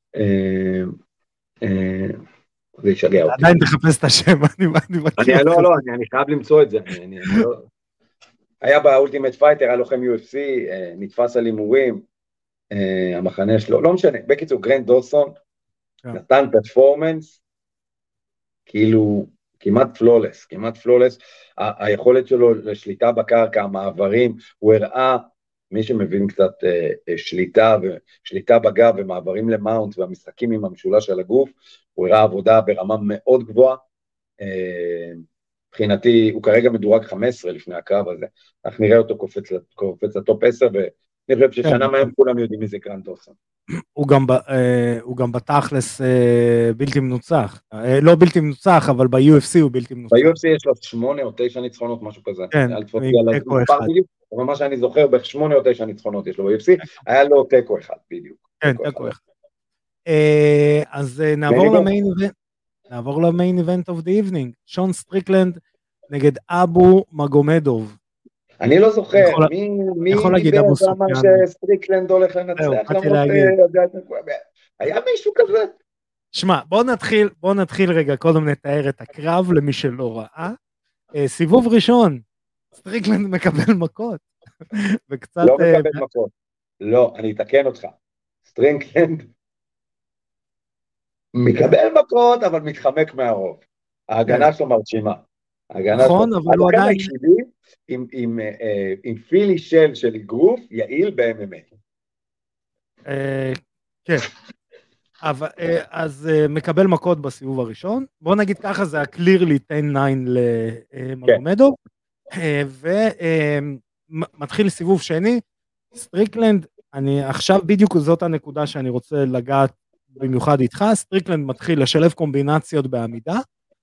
זה ישגע אותי. עדיין תחפש את השם, אני לא, לא, אני חייב למצוא את זה. היה באולטימט פייטר, היה לוחם יו אף סי, נתפס על הימורים, המחנה שלו, לא משנה, בקיצור, גרנט דורסון, נתן פרפורמנס, כאילו, כמעט פלולס, כמעט פלולס, היכולת שלו לשליטה בקרקע, המעברים, הוא הראה, מי שמבין קצת אה, שליטה, ושליטה בגב ומעברים למאונט והמשחקים עם המשולש על הגוף, הוא הראה עבודה ברמה מאוד גבוהה, אה, מבחינתי הוא כרגע מדורג חמש עשרה לפני הקרב הזה, אנחנו נראה אותו קופץ, קופץ לטופ עשר, ואני חושב ששנה מהם כולם יודעים מי זה גרנט דורסון. הוא גם, אה, הוא גם בתכלס אה, בלתי מנוצח, אה, לא בלתי מנוצח, אבל ב-יו אף סי הוא בלתי מנוצח. ב-יו אף סי יש לו שמונה או תשע ניצחונות, משהו כזה. כן, עם תיקו אחד. אבל מה שאני זוכר, בערך שמונה או תשע ניצחונות יש לו ב-יו אף סי, היה לו תיקו אחד, בדיוק. כן, תיקו אחד. אז נעבור למיין איבנט, נעבור למיין איבנט of the evening, שון סטריקלנד נגד אבו מגומדוב. אני לא זוכר, מי בעצם אמר שסטריקלנד הולך לנצח, היה מישהו כזה? שמע, בוא נתחיל, בוא נתחיל רגע, קודם נתאר את הקרב למי שלא ראה. סיבוב ראשון, סטריקלנד מקבל מכות. וקצת... לא מקבל מכות. לא, אני אתקן אותך. סטריקלנד מקבל מכות, אבל מתחמק מהרוב. ההגנה שלו מרשימה. נכון, אבל הוא עדיין... עם, עם, עם פילי של של אגרוף, יעיל ב-אם אם איי. כן. אבל, אז מקבל מכות בסיבוב הראשון. בוא נגיד ככה, זה הקלירלי עשר תשע למגומדוב. ומתחיל סיבוב שני. סטריקלנד, אני עכשיו בדיוק זאת הנקודה שאני רוצה לגעת במיוחד איתך. סטריקלנד מתחיל לשלב קומבינציות בעמידה.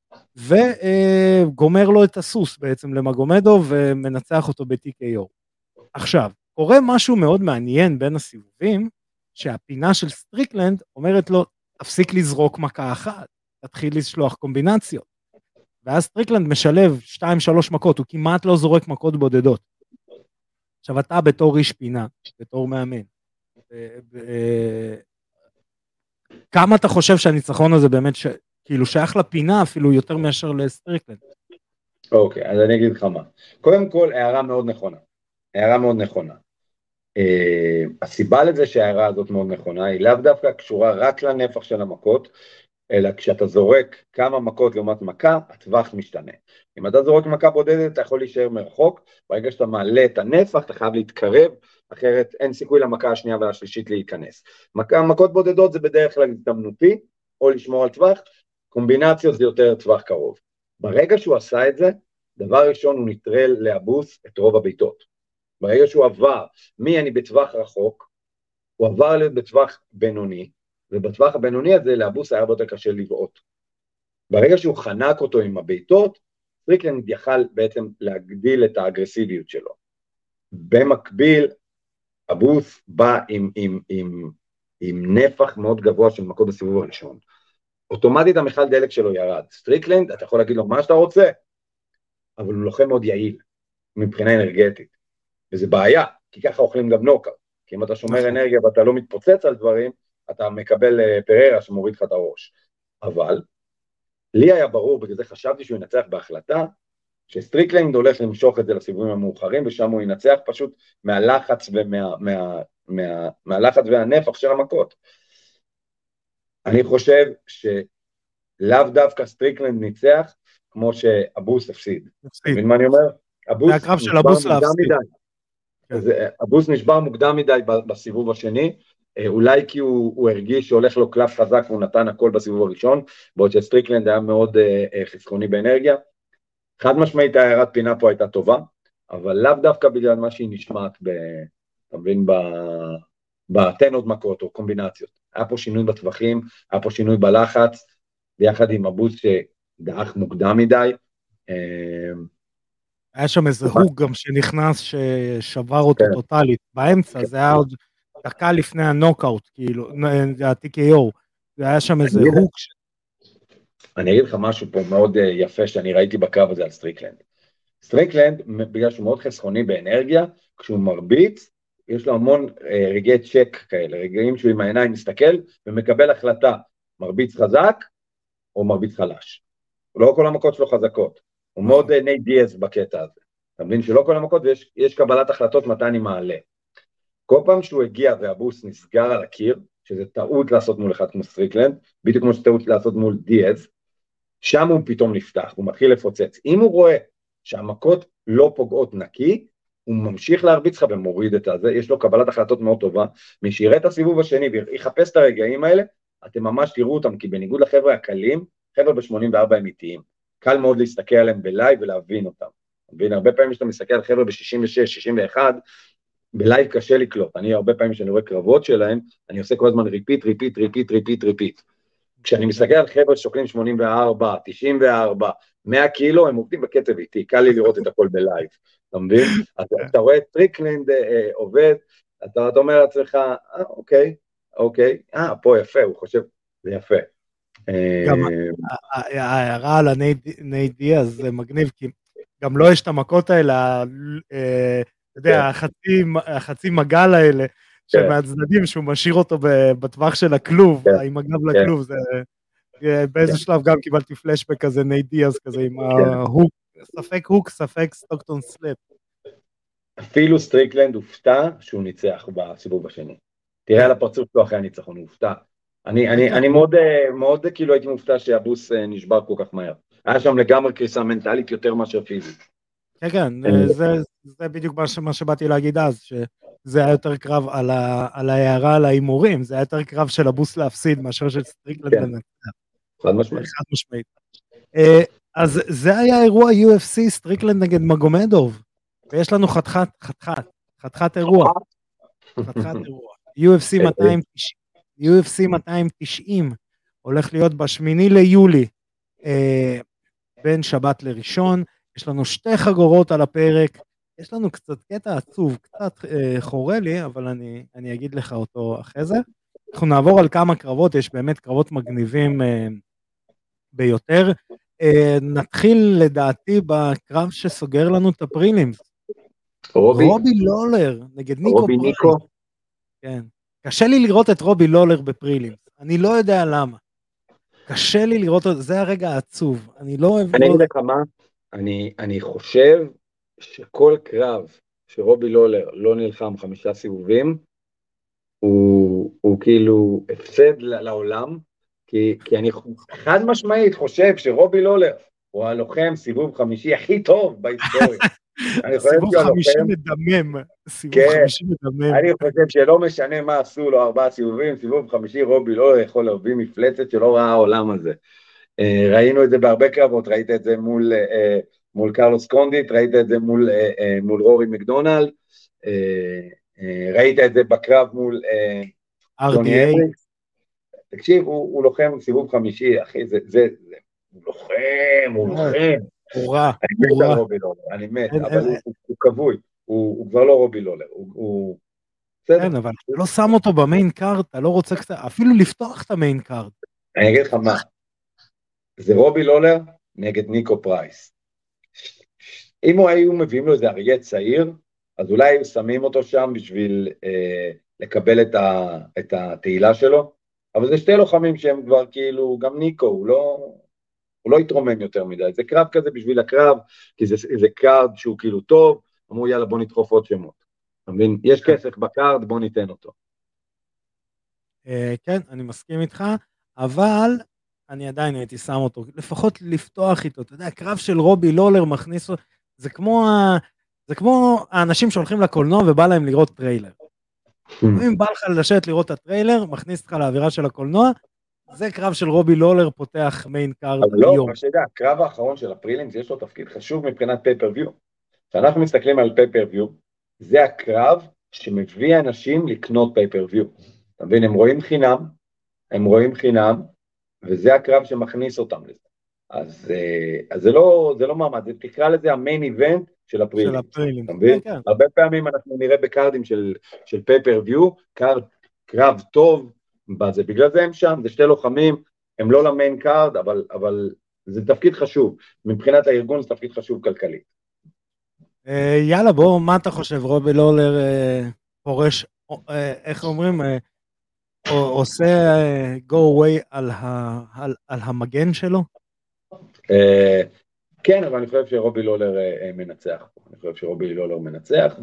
וגומר לו את הסוס בעצם למגומדוב ומנצח אותו ב-טי קיי או. עכשיו, קורה משהו מאוד מעניין בין הסיבובים, שהפינה של סטריקלנד אומרת לו, תפסיק לזרוק מכה אחת, תתחיל לשלוח קומבינציות. ואז סטריקלנד משלב שתיים שלוש מכות, הוא כמעט לא זורק מכות בודדות. עכשיו אתה בתור איש פינה, בתור מאמן, כמה אתה חושב שהניצחון הזה באמת ש... כאילו שייך לפינה אפילו יותר מאשר לסטריקלנד. אוקיי, אז אני אגיד לך מה. קודם כל, הערה מאוד נכונה. הערה מאוד נכונה. Uh, הסיבה לזה שההערה הזאת מאוד נכונה, היא לאו דווקא קשורה רק לנפח של המכות, אלא כשאתה זורק כמה מכות לעומת מכה, הטווח משתנה. אם אתה זורק מכה בודדת, אתה יכול להישאר מרחוק, ברגע שאתה מעלה את הנפח, אתה חייב להתקרב, אחרת אין סיכוי למכה השנייה והשלישית להיכנס. מכה, מכות בודדות זה בדרך כלל הזדמנותי, או לשמור על טווח, קומבינציות זה יותר טווח קרוב. ברגע שהוא עשה את זה, דבר ראשון הוא נטרל לאבוס את רוב הביתות. ברגע שהוא עבר, מי אני בטווח רחוק, הוא עבר להיות בטווח בינוני, ובטווח הבינוני הזה לאבוס היה הרבה יותר קשה לבעוט. ברגע שהוא חנק אותו עם הביתות, סטריקלנד יכל בעצם להגדיל את האגרסיביות שלו. במקביל, אבוס בא עם, עם, עם, עם נפח מאוד גבוה של מכות בסיבוב הראשון. אוטומטית המכל דלק שלו ירד. סטריקלנד, אתה יכול להגיד לו מה שאתה רוצה, אבל הוא לוחם מאוד יעיל, מבחינה אנרגטית. וזה בעיה, כי ככה אוכלים גם נוקאוט. כי אם אתה שומר אנרגיה ואתה לא מתפוצץ על דברים, אתה מקבל פררה שמוריד לך את הראש. אבל, לי היה ברור, בגלל זה חשבתי שהוא ינצח בהחלטה, שסטריקלנד הולך למשוך את זה לסיבובים המאוחרים, ושם הוא ינצח פשוט מהלחץ, ומה, מה, מה, מהלחץ והנפח של המכות. אני חושב שלאו דווקא סטריקלנד ניצח, כמו שאבוס הפסיד. אתה מבין מה אני אומר? זה הקרב של אבוס להפסיד. אבוס נשבר מוקדם מדי בסיבוב השני, אולי כי הוא, הוא הרגיש שהולך לו קלף חזק, והוא נתן הכל בסיבוב הראשון, בעוד שסטריקלנד היה מאוד uh, חסכוני באנרגיה. חד משמעית הערת פינה פה הייתה טובה, אבל לאו דווקא בגלל מה שהיא נשמעת, ב, אתה מבין, בטנות מכות או קומבינציות. היה פה שינוי בטווחים, היה פה שינוי בלחץ, ביחד עם אבוס שדעך מוקדם מדי. היה שם איזה הוק גם שנכנס ששבר אותו טוטלית, באמצע זה היה עוד דקה לפני הנוקאוט, כאילו, ה-טי קיי או, זה היה שם איזה הוק. אני אגיד לך משהו פה מאוד יפה שאני ראיתי בקרב הזה על סטריקלנד. סטריקלנד, בגלל שהוא מאוד חסכוני באנרגיה, כשהוא מרביץ, יש לו המון רגעי צ'ק כאלה, רגעים שהוא עם העיניים מסתכל, ומקבל החלטה, מרביץ חזק, או מרביץ חלש. לא כל המכות שלו חזקות, הוא מאוד ני דיאז בקטע הזה. אתה מבין שלא כל המכות, ויש קבלת החלטות מתי אני מעלה. כל פעם שהוא הגיע והבוס נסגר על הקיר, שזה טעות לעשות מול אחד כמו סטריקלנד, בדיוק כמו שטעות לעשות מול דיאז, שם הוא פתאום נפתח, הוא מתחיל לפוצץ. אם הוא רואה שהמכות לא פוגעות נקי, הוא ממשיך להרביץ לך ומוריד את זה, יש לו קבלת החלטות מאוד טובה, מי שיראה את הסיבוב השני ויחפש את הרגעים האלה, אתם ממש תראו אותם, כי בניגוד לחבר'ה הקלים, חבר'ה ב-שמונים וארבע הם איטיים, קל מאוד להסתכל עליהם בלייב ולהבין אותם, מבין, הרבה פעמים שאתה מסתכל על חבר'ה ב-שישים ושש, שישים ואחת, בלייב קשה לקלוט, אני הרבה פעמים שאני רואה קרבות שלהם, אני עושה כל הזמן ריפיט, ריפיט, ריפיט, ריפיט, ריפיט, כשאני מסתכל על חבר'ה ששוקלים שמונים וארבע, תשעים וארבע, מאה קילו, הם עובדים בקצב איתי, קל לי לראות את הכל בלייב, אתה מבין? אתה רואה את סטריקלנד עובד, אתה אומר לעצמך, אוקיי, אוקיי, אה, פה יפה, הוא חושב, זה יפה. גם ההערה על הני דיאז זה מגניב, כי גם לא יש את המכות האלה, אתה יודע, החצי מגל האלה, שמהצדדים, שהוא משאיר אותו בטווח של הכלוב, עם הגב לכלוב, זה... באיזה שלב גם קיבלתי פלשבק כזה, נייט דיאז כזה, עם ההוק, ספק הוק, ספק סטוקטון סלאפ. אפילו סטריקלנד הופתע שהוא ניצח בסיבוב השני. תראה על הפרצוף שלו אחרי הניצחון, הוא הופתע. אני מאוד, מאוד כאילו הייתי מופתע שהבוס נשבר כל כך מהר. היה שם לגמרי קריסה מנטלית יותר מאשר פיזית. כן, כן, זה בדיוק מה שבאתי להגיד אז, שזה היה יותר קרב על ההערה, על ההימורים, זה היה יותר קרב של הבוס להפסיד מאשר של סטריקלנד לנצח. חד משמעית. חד משמעית. אז זה היה אירוע יו אף סי, סטריקלנד נגד מגומדוב, ויש לנו חתיכת, חתיכת, חתיכת אירוע. חתיכת אירוע. יו אף סי מאתיים תשעים, יו אף סי מאתיים תשעים, הולך להיות בשמיני ליולי, בין שבת לראשון, יש לנו שתי חגורות על הפרק, יש לנו קצת קטע עצוב, קצת חורה לי, אבל אני, אני אגיד לך אותו אחרי זה. אנחנו נעבור על כמה קרבות, יש באמת קרבות מגניבים ביותר. נתחיל לדעתי בקרב שסוגר לנו את הפרילימס. רובי, רובי לולר נגד ניקו רובי פרייס. ניקו. כן. קשה לי לראות את רובי לולר בפרילימס, אני לא יודע למה. קשה לי לראות, זה הרגע העצוב, אני לא אוהב... אני אגיד לך מה, אני, אני חושב שכל קרב שרובי לולר לא נלחם חמישה סיבובים, הוא, הוא כאילו הפסד לעולם, כי, כי אני חד משמעית חושב שרובי לולר הוא הלוחם סיבוב חמישי הכי טוב בהיסטוריה. סיבוב חמישי מדמם, סיבוב חמישי מדמם. אני חושב שלא משנה מה עשו לו ארבעה סיבובים, סיבוב חמישי רובי לולר יכול להביא מפלצת שלא ראה העולם הזה. ראינו את זה בהרבה קרבות, ראית את זה מול, מול קרלוס קונדיט, ראית את זה מול, מול רורי מקדונלד, ראית את זה בקרב מול ג'וני הנדריקס. תקשיב, הוא, הוא לוחם סיבוב חמישי, אחי, זה, זה, זה, הוא לוחם, הוא לוחם. הוא רע, אני מת על רובי לולר, אני מת, אבל הוא כבוי, הוא כבר לא רובי לולר, הוא... כן, אבל אתה לא שם אותו במיין קארד, אתה לא רוצה קצת, אפילו לפתוח את המיין קארד. אני אגיד לך מה, זה רובי לולר נגד ניקו פרייס. אם הוא היו מביאים לו איזה אריה צעיר, אז אולי היו שמים אותו שם בשביל אה, לקבל את, ה, את התהילה שלו, אבל זה שתי לוחמים שהם כבר כאילו, גם ניקו, הוא לא, הוא לא יתרומם יותר מדי, זה קרב כזה בשביל הקרב, כי זה, זה קארד שהוא כאילו טוב, אמרו יאללה בוא נדחוף עוד שמות, אתה מבין? יש כסף בקארד, בוא ניתן אותו. אה, כן, אני מסכים איתך, אבל אני עדיין הייתי שם אותו, לפחות לפתוח איתו, אתה יודע, הקרב של רובי לולר מכניס, זה כמו, זה כמו האנשים שהולכים לקולנוע ובא להם לראות טריילר. אם בא לך לשבת לראות את הטריילר, מכניס אותך לאווירה של הקולנוע, זה קרב של רובי לולר פותח מיין קארד היום. לא, מה שידע, הקרב האחרון של הפרילימס יש לו תפקיד חשוב מבחינת פייפריוויו. כשאנחנו מסתכלים על פייפריוויו, זה הקרב שמביא אנשים לקנות פייפריוויו. אתה מבין, הם רואים חינם, הם רואים חינם, וזה הקרב שמכניס אותם לזה. אז, אז זה לא, זה לא מעמד, זה תקרא לזה המיין איבנט של הפרילימס. אתה מבין? כן, כן. הרבה פעמים אנחנו נראה בקארדים של, של פייפריוויו, קארד, קרב טוב, בזה, בגלל זה הם שם, זה שתי לוחמים, הם לא למיין קארד, אבל, אבל זה תפקיד חשוב, מבחינת הארגון זה תפקיד חשוב כלכלי. יאללה, בוא, מה אתה חושב, רובי לולר פורש, איך אומרים, עושה go away על, ה, על, על המגן שלו? כן, אבל אני חושב שרובי לולר מנצח, אני חושב שרובי לולר מנצח,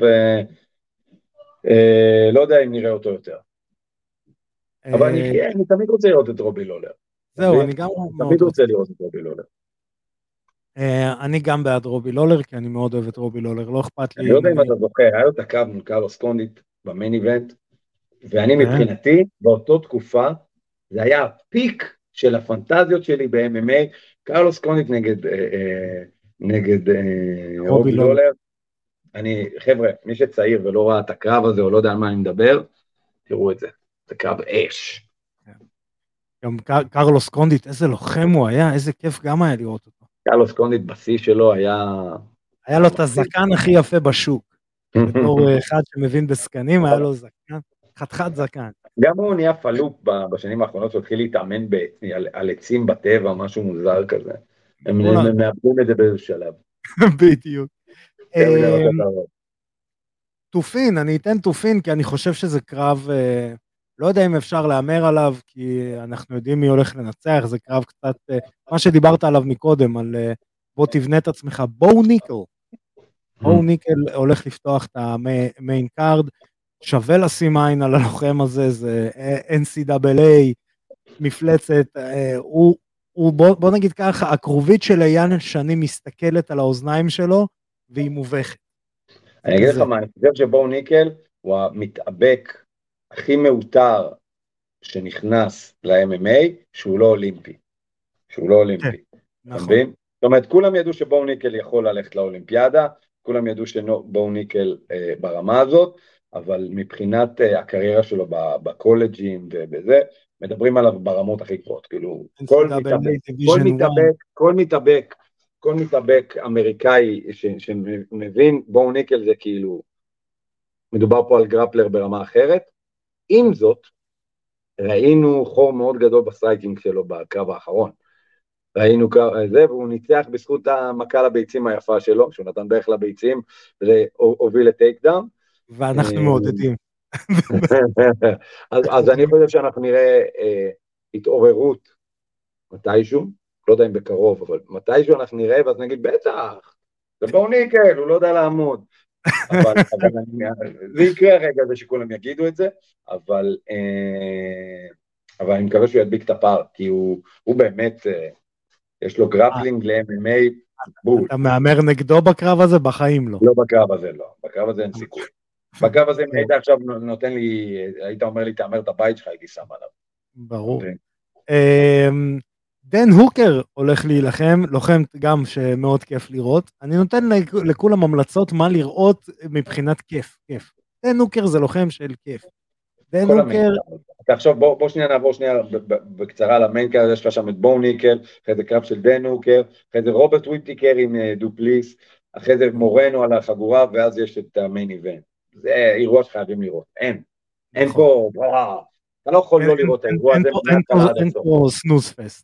ולא יודע אם נראה אותו יותר. אבל אני, אני תמיד רוצה לראות את רובי לולר. זהו, אני גם תמיד רוצה לראות את רובי לולר. אני גם בעד רובי לולר, כי אני מאוד אוהב את רובי לולר, לא אכפת לי. אני לא יודע אם אתה זוכר, היה לו את הקרב מול קרלוס קונדיט במיין איבנט, ואני מבחינתי, באותו תקופה, זה היה הפיק של הפנטזיות שלי ב-אם אם איי, קרלוס קונדיט נגד, נגד רובי לולר. אני, חבר'ה, מי שצעיר ולא ראה את הקרב הזה, או לא יודע על מה אני מדבר, תראו את זה. זה קרב אש. גם קרלוס קונדיט, איזה לוחם הוא היה, איזה כיף גם היה לראות אותו. קרלוס קונדיט בשיא שלו היה... היה לו את הזקן הכי יפה בשוק. בתור אחד שמבין בסקנים, היה לו זקן, חתיכת זקן. גם הוא נהיה פלופ בשנים האחרונות, שהתחיל להתאמן על עצים בטבע, משהו מוזר כזה. הם מאבדים את זה באיזה שלב. בדיוק. תופין, אני אתן תופין, כי אני חושב שזה קרב, לא יודע אם אפשר לאמר עליו, כי אנחנו יודעים מי הולך לנצח, זה קרב קצת, מה שדיברת עליו מקודם, על בוא תבנה את עצמך, בואו ניקל, בואו ניקל הולך לפתוח את המיין קארד, שווה לשים עין על הלוחם הזה, זה אן סי דאבל איי, מפלצת, הוא, הוא בוא, בוא נגיד ככה, הקרובית של איין שני מסתכלת על האוזניים שלו, והיא מובכת. אני אגיד לך מה, אני חושב שבואו ניקל, הוא המתאבק הכי מאותר שנכנס ל-אם אם איי, שהוא לא אולימפי. שהוא לא אולימפי. נכון. זאת אומרת, כולם ידעו שבואו ניקל יכול ללכת לאולימפיאדה, כולם ידעו שבואו ניקל אה, ברמה הזאת, אבל מבחינת אה, הקריירה שלו בקולג'ים ובזה, מדברים עליו ברמות הכי גבוהות, כאילו, כל מתאבק, כל מתאבק, כל מתאבק, כל מתאבק אמריקאי ש, שמבין, בואו ניקל זה כאילו, מדובר פה על גרפלר ברמה אחרת, עם זאת, ראינו חור מאוד גדול בסטרייקינג שלו בקרב האחרון, ראינו זה, והוא ניצח בזכות המכה לביצים היפה שלו, שהוא נתן דרך לביצים, והוביל לטייק דאון. ואנחנו מעודדים. אז, אז אני חושב שאנחנו נראה אה, התעוררות מתישהו, לא יודע אם בקרוב, אבל מתישהו אנחנו נראה, ואז נגיד, בטח, זה בואו ניקל, הוא לא יודע לעמוד. אבל, אבל אני, זה יקרה רגע, זה שכולם יגידו את זה, אבל, אה, אבל אני מקווה שהוא ידביק את הפער, כי הוא, הוא באמת, אה, יש לו גרפלינג ל-אם אם איי, בול. אתה מאמר נגדו בקרב הזה? בחיים לא. לא בקרב הזה, לא. בקרב הזה אין סיכוי. בקרב הזה, אם היית עכשיו נותן לי, היית אומר לי, תאמר את הבית שלך, הייתי שם עליו. ברור. דן הוקר הולך להילחם, לוחם גם שמאוד כיף לראות. אני נותן לכולם המלצות מה לראות מבחינת כיף, כיף. דן הוקר זה לוחם של כיף. דן הוקר... עכשיו בוא, בוא שנייה נעבור שנייה בקצרה למיינקר, יש לך שם את בואו ניקל, אחרי זה קרב של דן הוקר, אחרי זה רוברט וויטיקר עם דופליס, אחרי זה מורנו על החגורה, ואז יש את המיין איבנט. זה אירוע שחייבים לראות, אין. אין פה, וואו, אתה לא יכול לא לראות את האירוע הזה. אין פה סנוז פסט.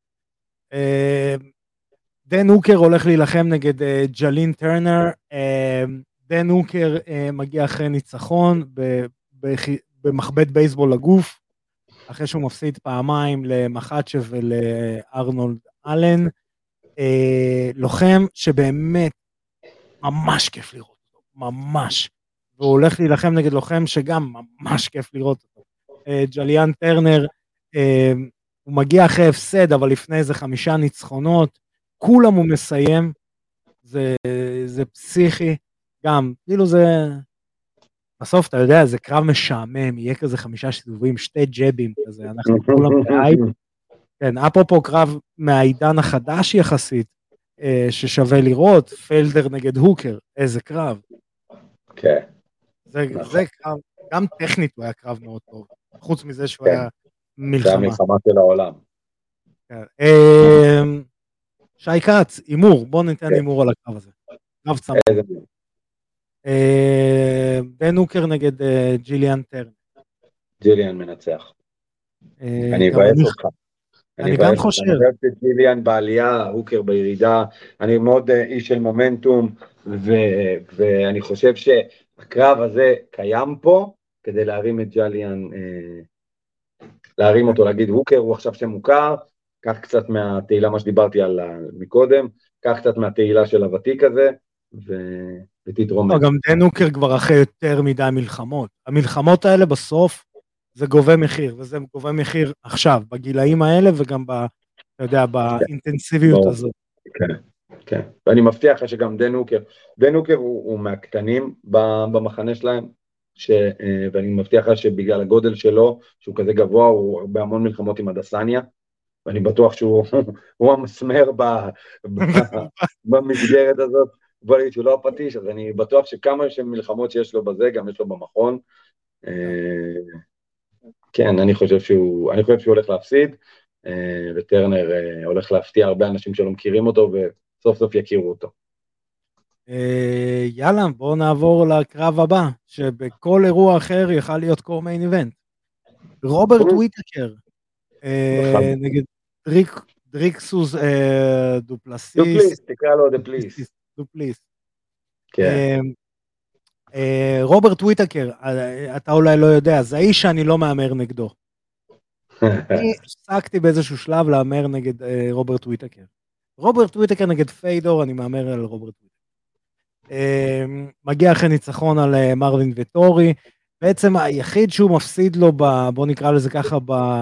דן הוקר הולך להילחם נגד ג'לין טרנר, דן הוקר מגיע אחרי ניצחון במחבט בייסבול לגוף, אחרי שהוא מפסיד פעמיים למחצ'ה ולארנולד אלן, לוחם שבאמת ממש כיף לראות אותו, ממש, והוא הולך להילחם נגד לוחם שגם ממש כיף לראות אותו, ג'ליאן טרנר, הוא מגיע אחרי הפסד, אבל לפני איזה חמישה ניצחונות, כולם הוא מסיים, זה, זה פסיכי, גם, כאילו זה, בסוף אתה יודע, זה קרב משעמם, יהיה כזה חמישה סיבובים, שתי ג'בים כזה, אנחנו כולם בהייפ, כן, אפרופו קרב מהעידן החדש יחסית, ששווה לראות, פלדר נגד הוקר, איזה קרב. כן. זה, זה קרב, גם טכנית הוא היה קרב מאוד טוב, חוץ מזה שהוא היה מלחמה. זה המלחמה של העולם. שי קץ, אימור, בוא ניתן אימור על הקרב הזה. קרב צמוד. דן הוקר נגד ג'יליאן טרנר. ג'יליאן מנצח. אני אבאס אותך. אני גם חושב. אני חושב שג'יליאן בעלייה, הוקר בירידה, אני מאוד איש של מומנטום, ואני חושב שהקרב הזה קיים פה, כדי להרים את ג'יליאן, להרים אותו, להגיד הוקר הוא עכשיו שמוכר, קח קצת מהתהילה, מה שדיברתי על מקודם, קח קצת מהתהילה של הוותיק הזה, ותתרומם. גם דן הוקר כבר אחרי יותר מדי מלחמות. המלחמות האלה בסוף, זה גובה מחיר, וזה גובה מחיר עכשיו, בגילאים האלה, וגם ב, אתה יודע, באינטנסיביות הזאת. כן, כן. ואני מבטיח לך שגם דן הוקר, דן הוקר הוא, הוא מהקטנים במחנה שלהם, ש, ואני מבטיח לך שבגלל הגודל שלו, שהוא כזה גבוה, הוא בהמון מלחמות עם הדסניה, ואני בטוח שהוא הוא המסמר ב, ב, במסגרת הזאת, בוא נגיד שהוא לא הפטיש, אז אני בטוח שכמה מלחמות שיש לו בזה, גם יש לו במכון, כן, אני חושב שהוא, אני חושב שהוא הולך להפסיד, וטרנר הולך להפתיע הרבה אנשים שלא מכירים אותו, וסוף סוף יכירו אותו. יאללה, בואו נעבור לקרב הבא, שבכל אירוע אחר יכל להיות קור מיין איבנט. רוברט וויטקר, נגד דריקסוס דופלסיס. דופליס, תקרא לו דופליס. דופליס. כן. רוברט וויטקר, אתה אולי לא יודע, זה האיש שאני לא מאמר נגדו. אני הפסקתי באיזשהו שלב לאמר נגד רוברט וויטקר. רוברט וויטקר נגד פיידור, אני מאמר על רוברט וויטקר. מגיע אחרי ניצחון על מרווין וטורי, בעצם היחיד שהוא מפסיד לו, בוא נקרא לזה ככה,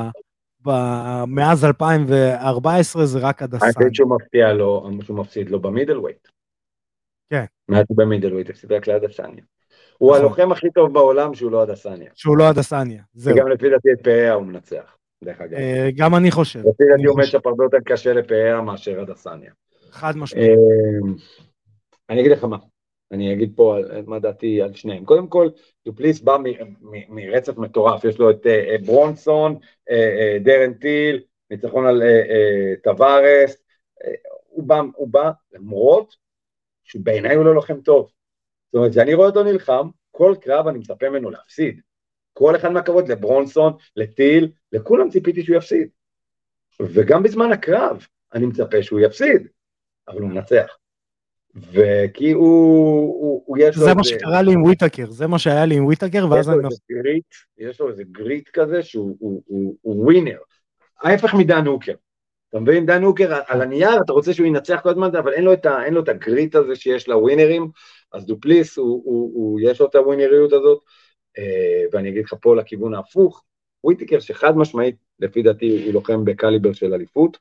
מאז אלפיים וארבע עשרה זה רק הדסניה. היחיד שהוא מפתיע לו, שהוא מפסיד לו במידלווייט. כן. מעט במידלווייט, הפסיד רק להדסניה. הוא הלוחם הכי טוב בעולם שהוא לא הדסניה. שהוא לא הדסניה, זהו. וגם לפי דעתי את פאיה הוא מנצח, דרך אגב. גם אני חושב. לפי דעתי הוא מצ'אפ הרבה יותר קשה לפאיה מאשר הדסניה. חד משמעית. אני אגיד לך מה, אני אגיד פה מה דעתי על שניהם. קודם כל, דופליס בא מרצף מטורף, יש לו את ברונסון, דרן טיל, ניצחון על טווארס, הוא בא למרות שבעיניי הוא לא לוחם טוב. זאת אומרת, כשאני רואה אותו נלחם, כל קרב אני מצפה ממנו להפסיד. כל אחד מהקרבות, לברונסון, לטיל, לכולם ציפיתי שהוא יפסיד. וגם בזמן הקרב, אני מצפה שהוא יפסיד, אבל הוא מנצח. וכי הוא, הוא, הוא יש לו... זה מה שקרה לי עם וויטקר, זה מה שהיה לי עם וויטקר, ואז אני... גריט, יש לו איזה גריט כזה שהוא הוא, הוא, הוא ווינר. ההפך מדן הוקר. אתה מבין, דן הוקר, על הנייר, אתה רוצה שהוא ינצח כל הזמן, אבל אין לו את, ה, אין לו את הגריט הזה שיש לווינרים, אז דופליס, הוא, הוא, הוא, יש לו את הווינריות הזאת, ואני אגיד לך פה לכיוון ההפוך, וויטקר שחד משמעית, לפי דעתי, הוא לוחם בקליבר של אליפות,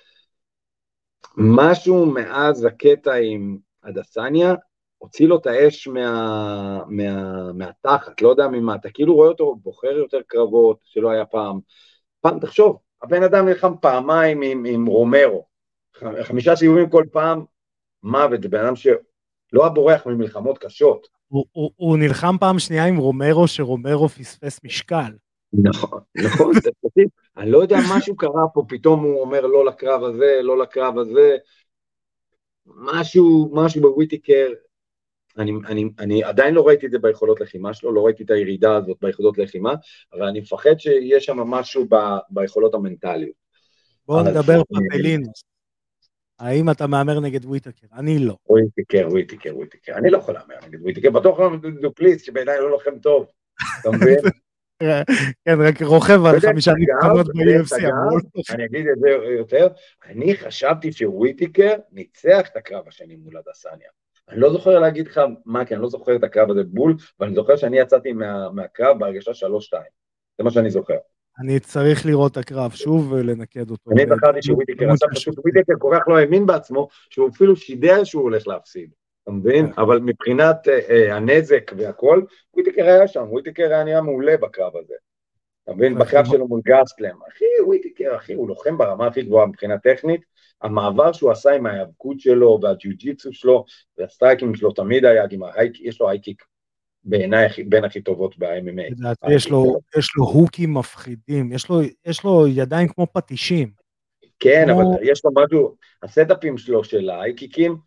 משהו מאז הקטע עם הדסניה, הוציא לו את האש מה, מה, מהתחת, לא יודע ממה, אתה כאילו רואה אותו בוחר יותר קרבות, שלא היה פעם, פעם תחשוב, הבן אדם נלחם פעמיים עם, עם רומרו, חמישה סיבובים כל פעם, מוות, זה בן אדם שלא הבורח ממלחמות קשות. הוא, הוא, הוא נלחם פעם שנייה עם רומרו, שרומרו פספס משקל. נכון, נכון, זה פתיק, אני לא יודע משהו קרה פה, פתאום הוא אומר לא לקרב הזה, לא לקרב הזה, משהו, משהו בוויטקר, אני, אני, אני עדיין לא ראיתי את זה ביכולות לחימה שלו, לא ראיתי את הירידה הזאת ביכולות לחימה, אבל אני מפחד שיש שם משהו ב, ביכולות המנטליות. בואו נדבר פפלינוס. האם אתה מאמר נגד וויטקר? אני לא. וויטקר, וויטקר, וויטקר, אני לא יכול לאמר נגד וויטקר, בטוח לא דופליס, שבעיניי לא לוחם טוב, אתה מבין? כן, רק רוכב על חמישה ניצחונות ב-יו אף סי. אני אגיד את זה יותר, אני חשבתי שוויטקר ניצח את הקרב השני מול הדסניה. אני לא זוכר להגיד לך מה, כי אני לא זוכר את הקרב הזה בול, ואני זוכר שאני יצאתי מהקרב בהרגשה שלוש שתיים. זה מה שאני זוכר. אני צריך לראות את הקרב שוב ולנקד אותו. אני בחרתי שוויטקר עשה פשוט, וויטקר כל כך לא האמין בעצמו, שהוא אפילו שידר שהוא הולך להפסיד. אתה מבין? אבל מבחינת הנזק והכל, וויטקר היה שם, וויטקר היה נראה מעולה בקרב הזה. אתה מבין? בקרב שלו מול גסטלם. אחי, וויטקר, אחי, הוא לוחם ברמה הכי גבוהה מבחינה טכנית, המעבר שהוא עשה עם ההיאבקות שלו, והג'יוג'יצו שלו, והסטרייקינג שלו תמיד היה, יש לו הייקיק בעיניי בין הכי טובות ב-אם אם איי. יש לו הוקים מפחידים, יש לו ידיים כמו פטישים. כן, אבל יש לו משהו, הסטאפים שלו של ההייקיקים,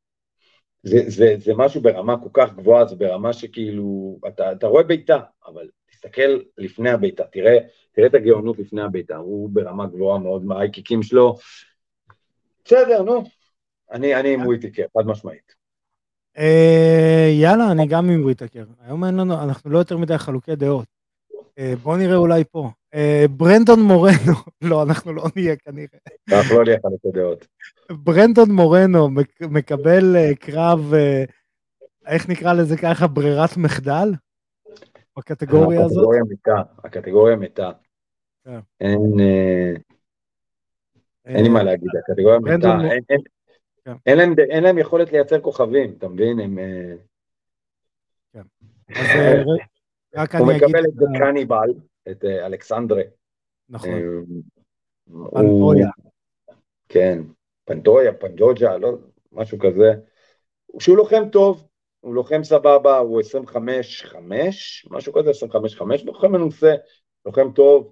זה משהו ברמה כל כך גבוהה, זה ברמה שכאילו, אתה רואה ביתה, אבל תסתכל לפני הביתה, תראה את הגאונות לפני הביתה, הוא ברמה גבוהה מאוד מההייקיקים שלו, בסדר, נו, אני עם וויטקר, חד משמעית. יאללה, אני גם עם וויטקר. היום אין לנו, אנחנו לא יותר מדי חלוקי דעות. בוא נראה אולי פה. ברנדון מורנו, לא, אנחנו לא נהיה כנראה. אנחנו לא נהיה חלוקי דעות. ברנדון מורנו מקבל קרב, איך נקרא לזה ככה, ברירת מחדל? בקטגוריה הזאת? הקטגוריה מתה, הקטגוריה מתה. אין... אין לי מה להגיד, הקטגוריה מתה, אין להם יכולת לייצר כוכבים, אתה מבין? הוא מקבל את קניבל, את אלכסנדרה. נכון. פנטויה. כן, פנטויה, פנג'וג'ה, משהו כזה. שהוא לוחם טוב, הוא לוחם סבבה, הוא עשרים וחמש חמש, משהו כזה, עשרים וחמש חמש, לוחם מנוסה, לוחם טוב,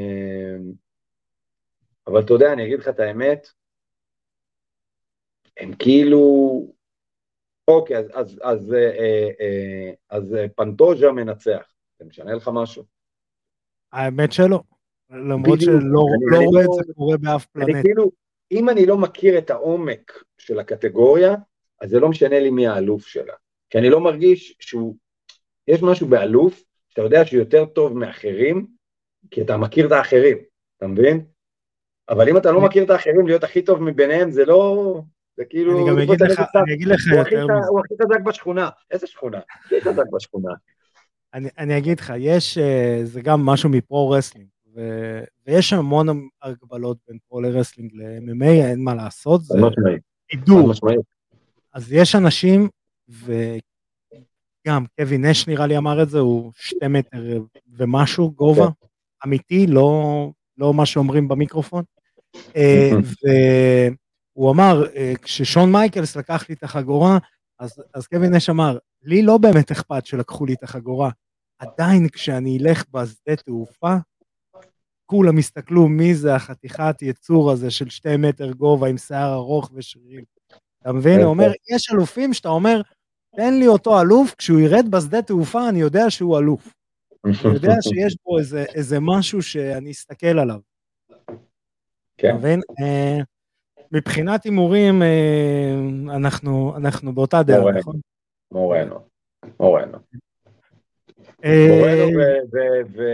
אבל אתה יודע, אני אגיד לך את האמת, הם כאילו, אוקיי, אז, אז, אז, אה, אה, אז פנטוז'ה מנצח, זה משנה לך משהו? האמת שלא, למרות שלא לא רואה את זה קורה באף פלנט. אני כאילו, אם אני לא מכיר את העומק של הקטגוריה, אז זה לא משנה לי מי האלוף שלה, כי אני לא מרגיש שהוא, יש משהו באלוף, שאתה יודע שהוא יותר טוב מאחרים, כי אתה מכיר את האחרים, אתה מבין? אבל אם אתה לא מכיר את האחרים, להיות הכי טוב מביניהם, זה לא, זה כאילו, אני גם אגיד לך, אני אגיד לך יותר מזה. הוא הכי חזק בשכונה, איזה שכונה? הכי חזק בשכונה. אני, אני אגיד לך, יש, זה גם משהו מפרו-רסלינג, ו, ויש המון הגבלות בין פרו-רסלינג ל-אם אם איי, אין מה לעשות, זה הידור. אז יש אנשים, וגם קווין נש נראה לי אמר את זה, הוא שתי מטר ומשהו גובה, אמיתי, לא, לא מה שאומרים במיקרופון, והוא אמר, כששון מייקלס לקח לי את החגורה, אז, אז קווין נש אמר, לי לא באמת אכפת שלקחו לי את החגורה, עדיין כשאני אלך בשדה תעופה, כולם הסתכלו מי זה החתיכת יצור הזה של שתי מטר גובה עם שיער ארוך ושרירים. אתה מבין? הוא אומר, יש אלופים שאתה אומר, תן לי אותו אלוף, כשהוא ירד בשדה תעופה אני יודע שהוא אלוף. אני יודע שיש פה איזה, איזה משהו שאני אסתכל עליו. אתה מבין? מבחינת הימורים, אנחנו, אנחנו באותה דעה, נכון? מורנו, מורנו. מורנו ו... ו...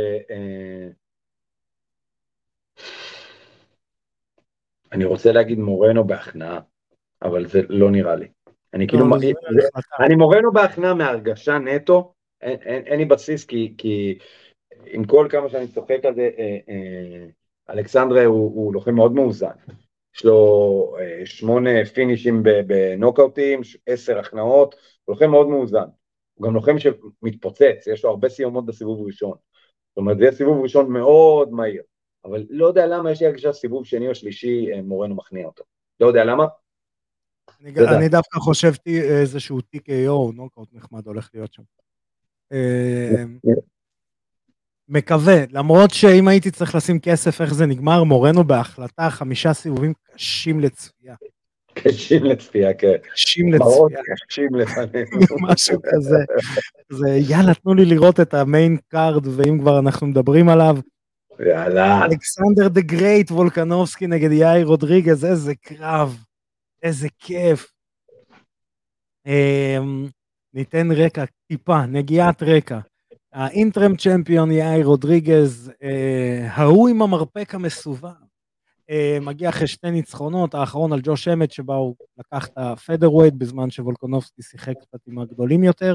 אני רוצה להגיד מורנו בהכנעה, אבל זה לא נראה לי. אני כאילו, אני מורנו בהכנעה מהרגשה נטו, אין לי בסיס, כי עם כל כמה שאני צוחק על זה, אלכסנדרה הוא לוחם מאוד מאוזן. יש לו שמונה פינישים בנוקאוטים, עשר הכנעות, הוא לוחם מאוד מאוזן. הוא גם לוחם שמתפוצץ, יש לו הרבה סיומות בסיבוב ראשון. זאת אומרת, זה סיבוב ראשון מאוד מהיר. אבל לא יודע למה, יש לי הרגשה סיבוב שני או שלישי, מורנו מכניע אותו. לא יודע למה. אני דווקא חושב איזשהו טי קיי או, נוקאוט נחמד הולך להיות שם. מקווה, למרות שאם הייתי צריך לשים כסף איך זה נגמר, מורנו בהחלטה, חמישה סיבובים קשים לצפייה. קשים לצפייה, כן. קשים לצפייה. קשים לפנינו. משהו כזה. זה, יאללה, תנו לי לראות את המיין קארד, ואם כבר אנחנו מדברים עליו, יאללה. אלכסנדר דה גרייט, וולקנובסקי נגד יאיר רודריגז, איזה קרב, איזה כיף. ניתן רקע, טיפה, נגיעת רקע. האינטרם צ'מפיון יאיר רודריגז, ההוא עם המרפק המסובב, מגיע אחרי שתי ניצחונות, האחרון על ג'וש אמט, שבה הוא לקח את הפדרווייט, בזמן שוולקנובסקי שיחק קצת עם הגדולים יותר.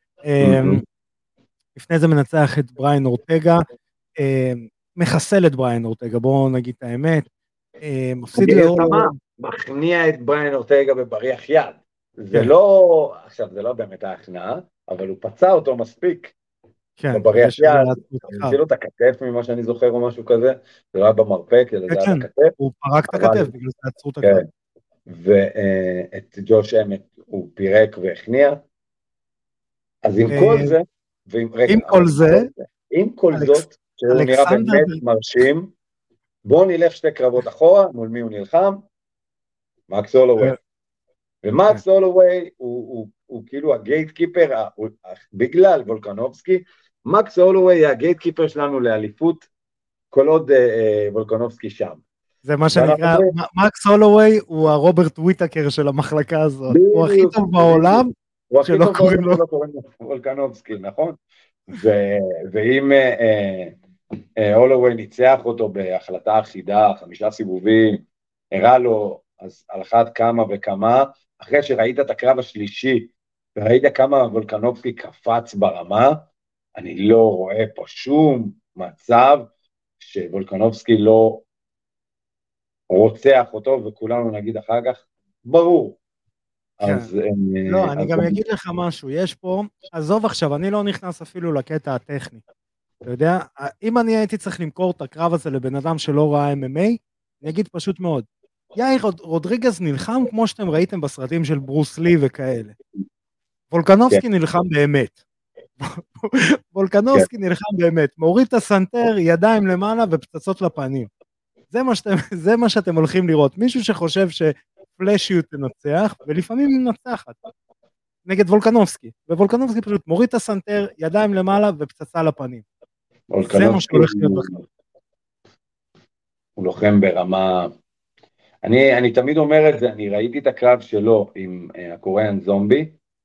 לפני זה מנצח את בריין אורטגה, מחסל את בריין אורטגה, בואו נגיד את האמת. מפסיד לאור... מכניע את בריין אורטגה בבריח יד. זה לא, עכשיו זה לא באמת ההכנעה, אבל הוא פצע אותו מספיק. כן. בבריח יד, הציל לו את הכתף ממה שאני זוכר או משהו כזה, זה לא היה במרפק, זה היה בכתף. הוא פרק את הכתף, בגלל זה עצרו את הכתף. ואת ג'וש אמט הוא פירק והכניע. אז עם כל זה, עם כל זה, עם כל זאת, שהוא נראה באמת מרשים, בואו נלך שתי קרבות אחורה, מול מי הוא נלחם? מקס הולווי. ומקס הולווי הוא כאילו הגייט קיפר, בגלל וולקנובסקי, מקס הולווי היא הגייט קיפר שלנו לאליפות, כל עוד וולקנובסקי שם. זה מה שנקרא, מקס הולווי הוא הרוברט וויטקר של המחלקה הזאת, הוא הכי טוב בעולם, הוא הכי טוב בעולם שלא קוראים וולקנובסקי, נכון? ואם הולווי ניצח אותו בהחלטה אחידה, חמישה סיבובים, הראה לו, אז על אחת כמה וכמה, אחרי שראית את הקרב השלישי, וראית כמה וולקנובסקי קפץ ברמה, אני לא רואה פה שום מצב, שוולקנובסקי לא רוצח אותו, וכולנו נגיד אחר כך, ברור. אז, לא, אז אני גם אני... אגיד לך משהו, יש פה, עזוב עכשיו, אני לא נכנס אפילו לקטע הטכני, אתה יודע, אם אני הייתי צריך למכור את הקרב הזה לבן אדם שלא ראה אם אם איי, אני אגיד פשוט מאוד, יאיר רודריגז נלחם כמו שאתם ראיתם בסרטים של ברוס לי וכאלה. וולקנובסקי נלחם באמת. וולקנובסקי נלחם באמת. מוריד את הסנטר, ידיים למעלה ופצצות לפנים. זה מה שאתם, זה מה שאתם הולכים לראות. מישהו שחושב שפלשיות תנצח, ולפעמים היא מנצחת. נגד וולקנובסקי. ווולקנובסקי פשוט מוריד את הסנטר, ידיים למעלה ופצצה לפנים. זה מה שהולך להיות בכלל. הוא לוחם ברמה... אני, אני תמיד אומר את זה, אני ראיתי את הקרב שלו עם uh, הקוריאן זומבי,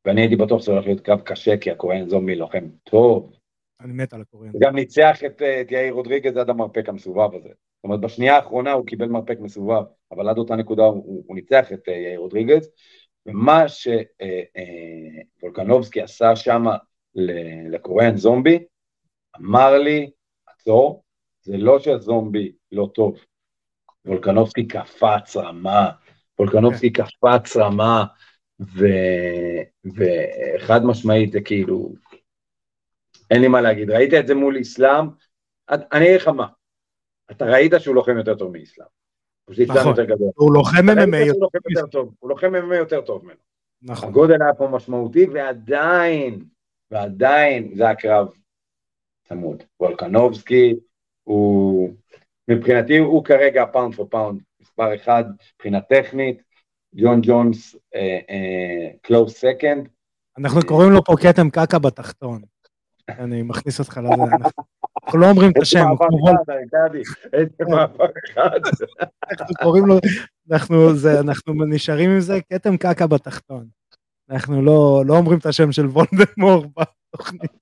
ואני הייתי בטוח שזה הולך להיות קרב קשה, כי הקוריאן זומבי לוחם טוב. אני מת על הקוריאן. גם ניצח את, את יאיר רודריגז עד המרפק המסובב הזה. זאת אומרת, בשנייה האחרונה הוא קיבל מרפק מסובב, אבל עד אותה נקודה הוא, הוא ניצח את יאיר רודריגז, ומה שוולקנובסקי עשה שם לקוריאן זומבי, אמר לי, עצור, זה לא שהזומבי לא טוב, וולקנובסקי קפץ רמה, וולקנובסקי קפץ רמה, ו... וחד משמעית זה כאילו, אין לי מה להגיד, ראית את זה מול איסלאם, אני אגיד לך מה, אתה ראית שהוא לוחם יותר טוב מאיסלאם, נכון, הוא לוחם אם אם איי יותר טוב, הוא לוחם אם אם איי יותר טוב ממנו, נכון. הגודל היה פה משמעותי, ועדיין, ועדיין זה הקרב צמוד, וולקנובסקי הוא, מבחינתי הוא כרגע פאונד פור פאונד, מספר אחד, מבחינה טכנית, ג'ון ג'ונס, קלוס סקנד. אנחנו קוראים לו פה כתם קקה בתחתון. אני מכניס אותך לזה. אנחנו לא אומרים את השם. איזה מעבר אחד. אנחנו קוראים לו, אנחנו נשארים עם זה, כתם קקה בתחתון. אנחנו לא אומרים את השם של וולדמורט בתוכנית.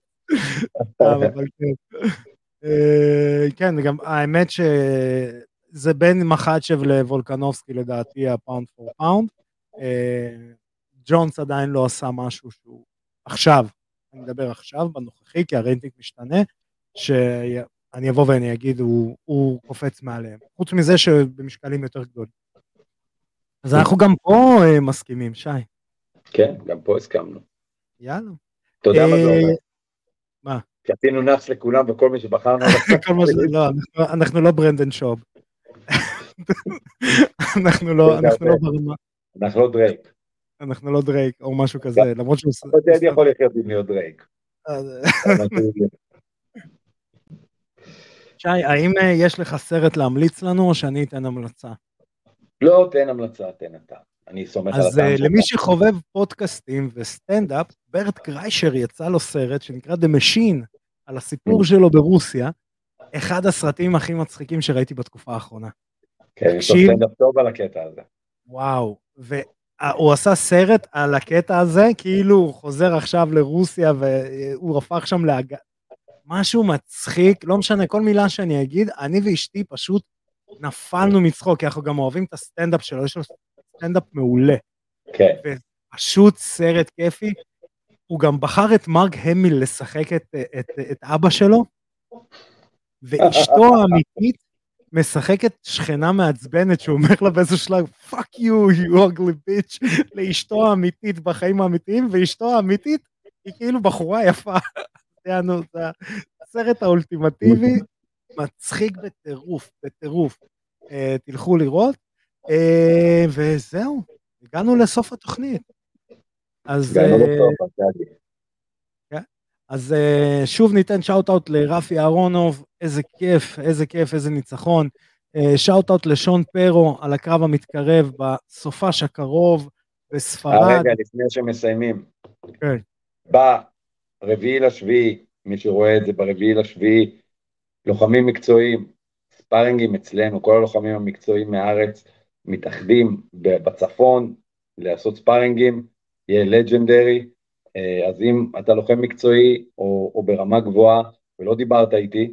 כן, גם האמת ש... זה בין מחצ'ב לוולקנובסקי לדעתי הפאונד פור פאונד, ג'ונס עדיין לא עשה משהו שהוא עכשיו, אני מדבר עכשיו בנוכחי, כי הרייטינג משתנה, שאני אבוא ואני אגיד, הוא, הוא קופץ מעליהם, חוץ מזה שבמשקלים יותר גדולים. אז אנחנו גם פה מסכימים, שי. כן, גם פה הסכמנו. יאללה. תודה רבה. מה? כי עשינו נאחס לכולם וכל מי שבחרנו. לא, אנחנו לא ברנדן שוב. אנחנו לא, אנחנו לא ברמה. אנחנו לא דרייק. אנחנו לא דרייק, או משהו כזה, למרות שהוא... אני יכול לחיות עם להיות דרייק. שי, האם יש לך סרט להמליץ לנו, או שאני אתן המלצה? לא, תן המלצה, תן אתה. אני סומך על הטעם. אז למי שחובב פודקאסטים וסטנדאפ, ברט קריישר יצא לו סרט שנקרא The Machine, על הסיפור שלו ברוסיה, אחד הסרטים הכי מצחיקים שראיתי בתקופה האחרונה. כן, יש לו סטנדאפ טוב על הקטע הזה. וואו, והוא עשה סרט על הקטע הזה, כאילו הוא חוזר עכשיו לרוסיה, והוא הפך שם להג... משהו מצחיק, לא משנה, כל מילה שאני אגיד, אני ואשתי פשוט נפלנו מצחוק, כי אנחנו גם אוהבים את הסטנדאפ שלו, יש לו סטנדאפ מעולה. כן. ופשוט סרט כיפי, הוא גם בחר את מרק המיל לשחק את, את, את אבא שלו, ואשתו האמיתית, משחקת שכנה מעצבנת, שהוא אומר לה באיזו שלב, fuck you, you ugly bitch, לאשתו האמיתית בחיים האמיתיים, ואשתו האמיתית היא כאילו בחורה יפה. זה הסרט האולטימטיבי, מצחיק בטירוף, בטירוף. תלכו לראות, וזהו, הגענו לסוף התוכנית. אז... אז uh, שוב ניתן שאוט-אוט לרפי אהרונוב, איזה כיף, איזה כיף, איזה ניצחון. Uh, שאוט-אוט לשון פרו על הקרב המתקרב בסופש הקרוב בספרד. הרגע לפני שמסיימים. כן. ברביעי לשביעי, מי שרואה את זה ברביעי לשביעי, לוחמים מקצועיים, ספארינגים אצלנו, כל הלוחמים המקצועיים מהארץ מתאחדים בצפון לעשות ספארינגים, יהיה לג'נדרי. אז אם אתה לוחם מקצועי או, או ברמה גבוהה ולא דיברת איתי,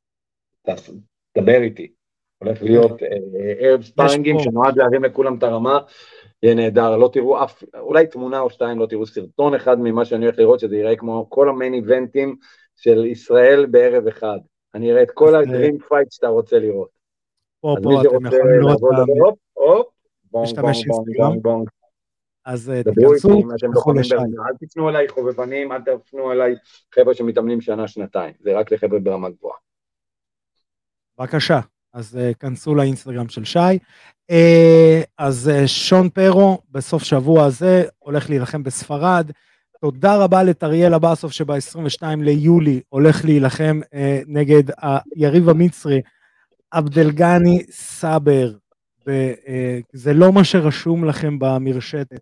תדבר איתי. הולך להיות ערב ספארינגים שנועד להרים לכולם את הרמה, יהיה נהדר, לא תראו אף, אולי תמונה או שתיים, לא תראו סרטון אחד ממה שאני הולך לראות, שזה יראה כמו כל המיין איבנטים של ישראל בערב אחד. אני אראה את כל הדרים פייט שאתה רוצה לראות. פה, פה, אתם יכולים לראות פעם. הופ, הופ, בונג, בונג, בונג, בונג, בונג. אז תכנסו, תלכו לשי. אל תפנו אליי חובבנים, אל תפנו אליי חבר'ה שמתאמנים שנה, שנתיים. זה רק לחבר'ה ברמה גבוהה. בבקשה, אז כנסו לאינסטגרם של שי. אז שון פרו בסוף שבוע הזה הולך להילחם בספרד. תודה רבה לתריאל אבאסוף שב-עשרים ושניים ליולי הולך להילחם נגד היריב המצרי, עבדלגני סאבר. זה לא מה שרשום לכם במרשתת.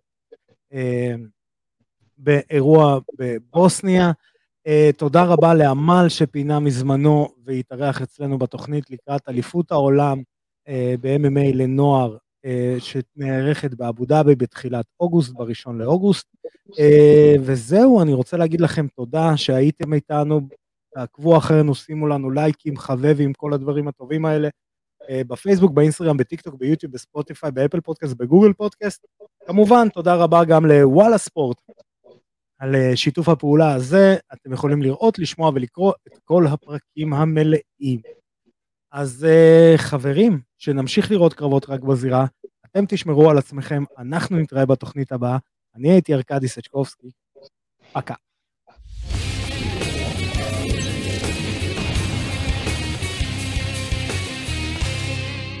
באירוע בבוסניה. תודה רבה לעמל שפינה מזמנו והתארח אצלנו בתוכנית לקראת אליפות העולם ב-אם אם איי לנוער שנערכת באבו דאבי בתחילת אוגוסט, בראשון לאוגוסט, וזהו, אני רוצה להגיד לכם תודה שהייתם איתנו, תעקבו אחרינו, שימו לנו לייקים, חבבים, כל הדברים הטובים האלה, בפייסבוק, באינסטגרם, בטיקטוק, ביוטיוב, בספוטיפיי, באפל פודקאסט, בגוגל פודקאסט, כמובן תודה רבה גם לוואלה ספורט, על שיתוף הפעולה הזה, אתם יכולים לראות, לשמוע ולקרוא את כל הפרקים המלאים. אז חברים, שנמשיך לראות קרבות רק בזירה, אתם תשמרו על עצמכם, אנחנו נתראה בתוכנית הבאה, אני הייתי ארקדי סצ'קובסקי, פקה.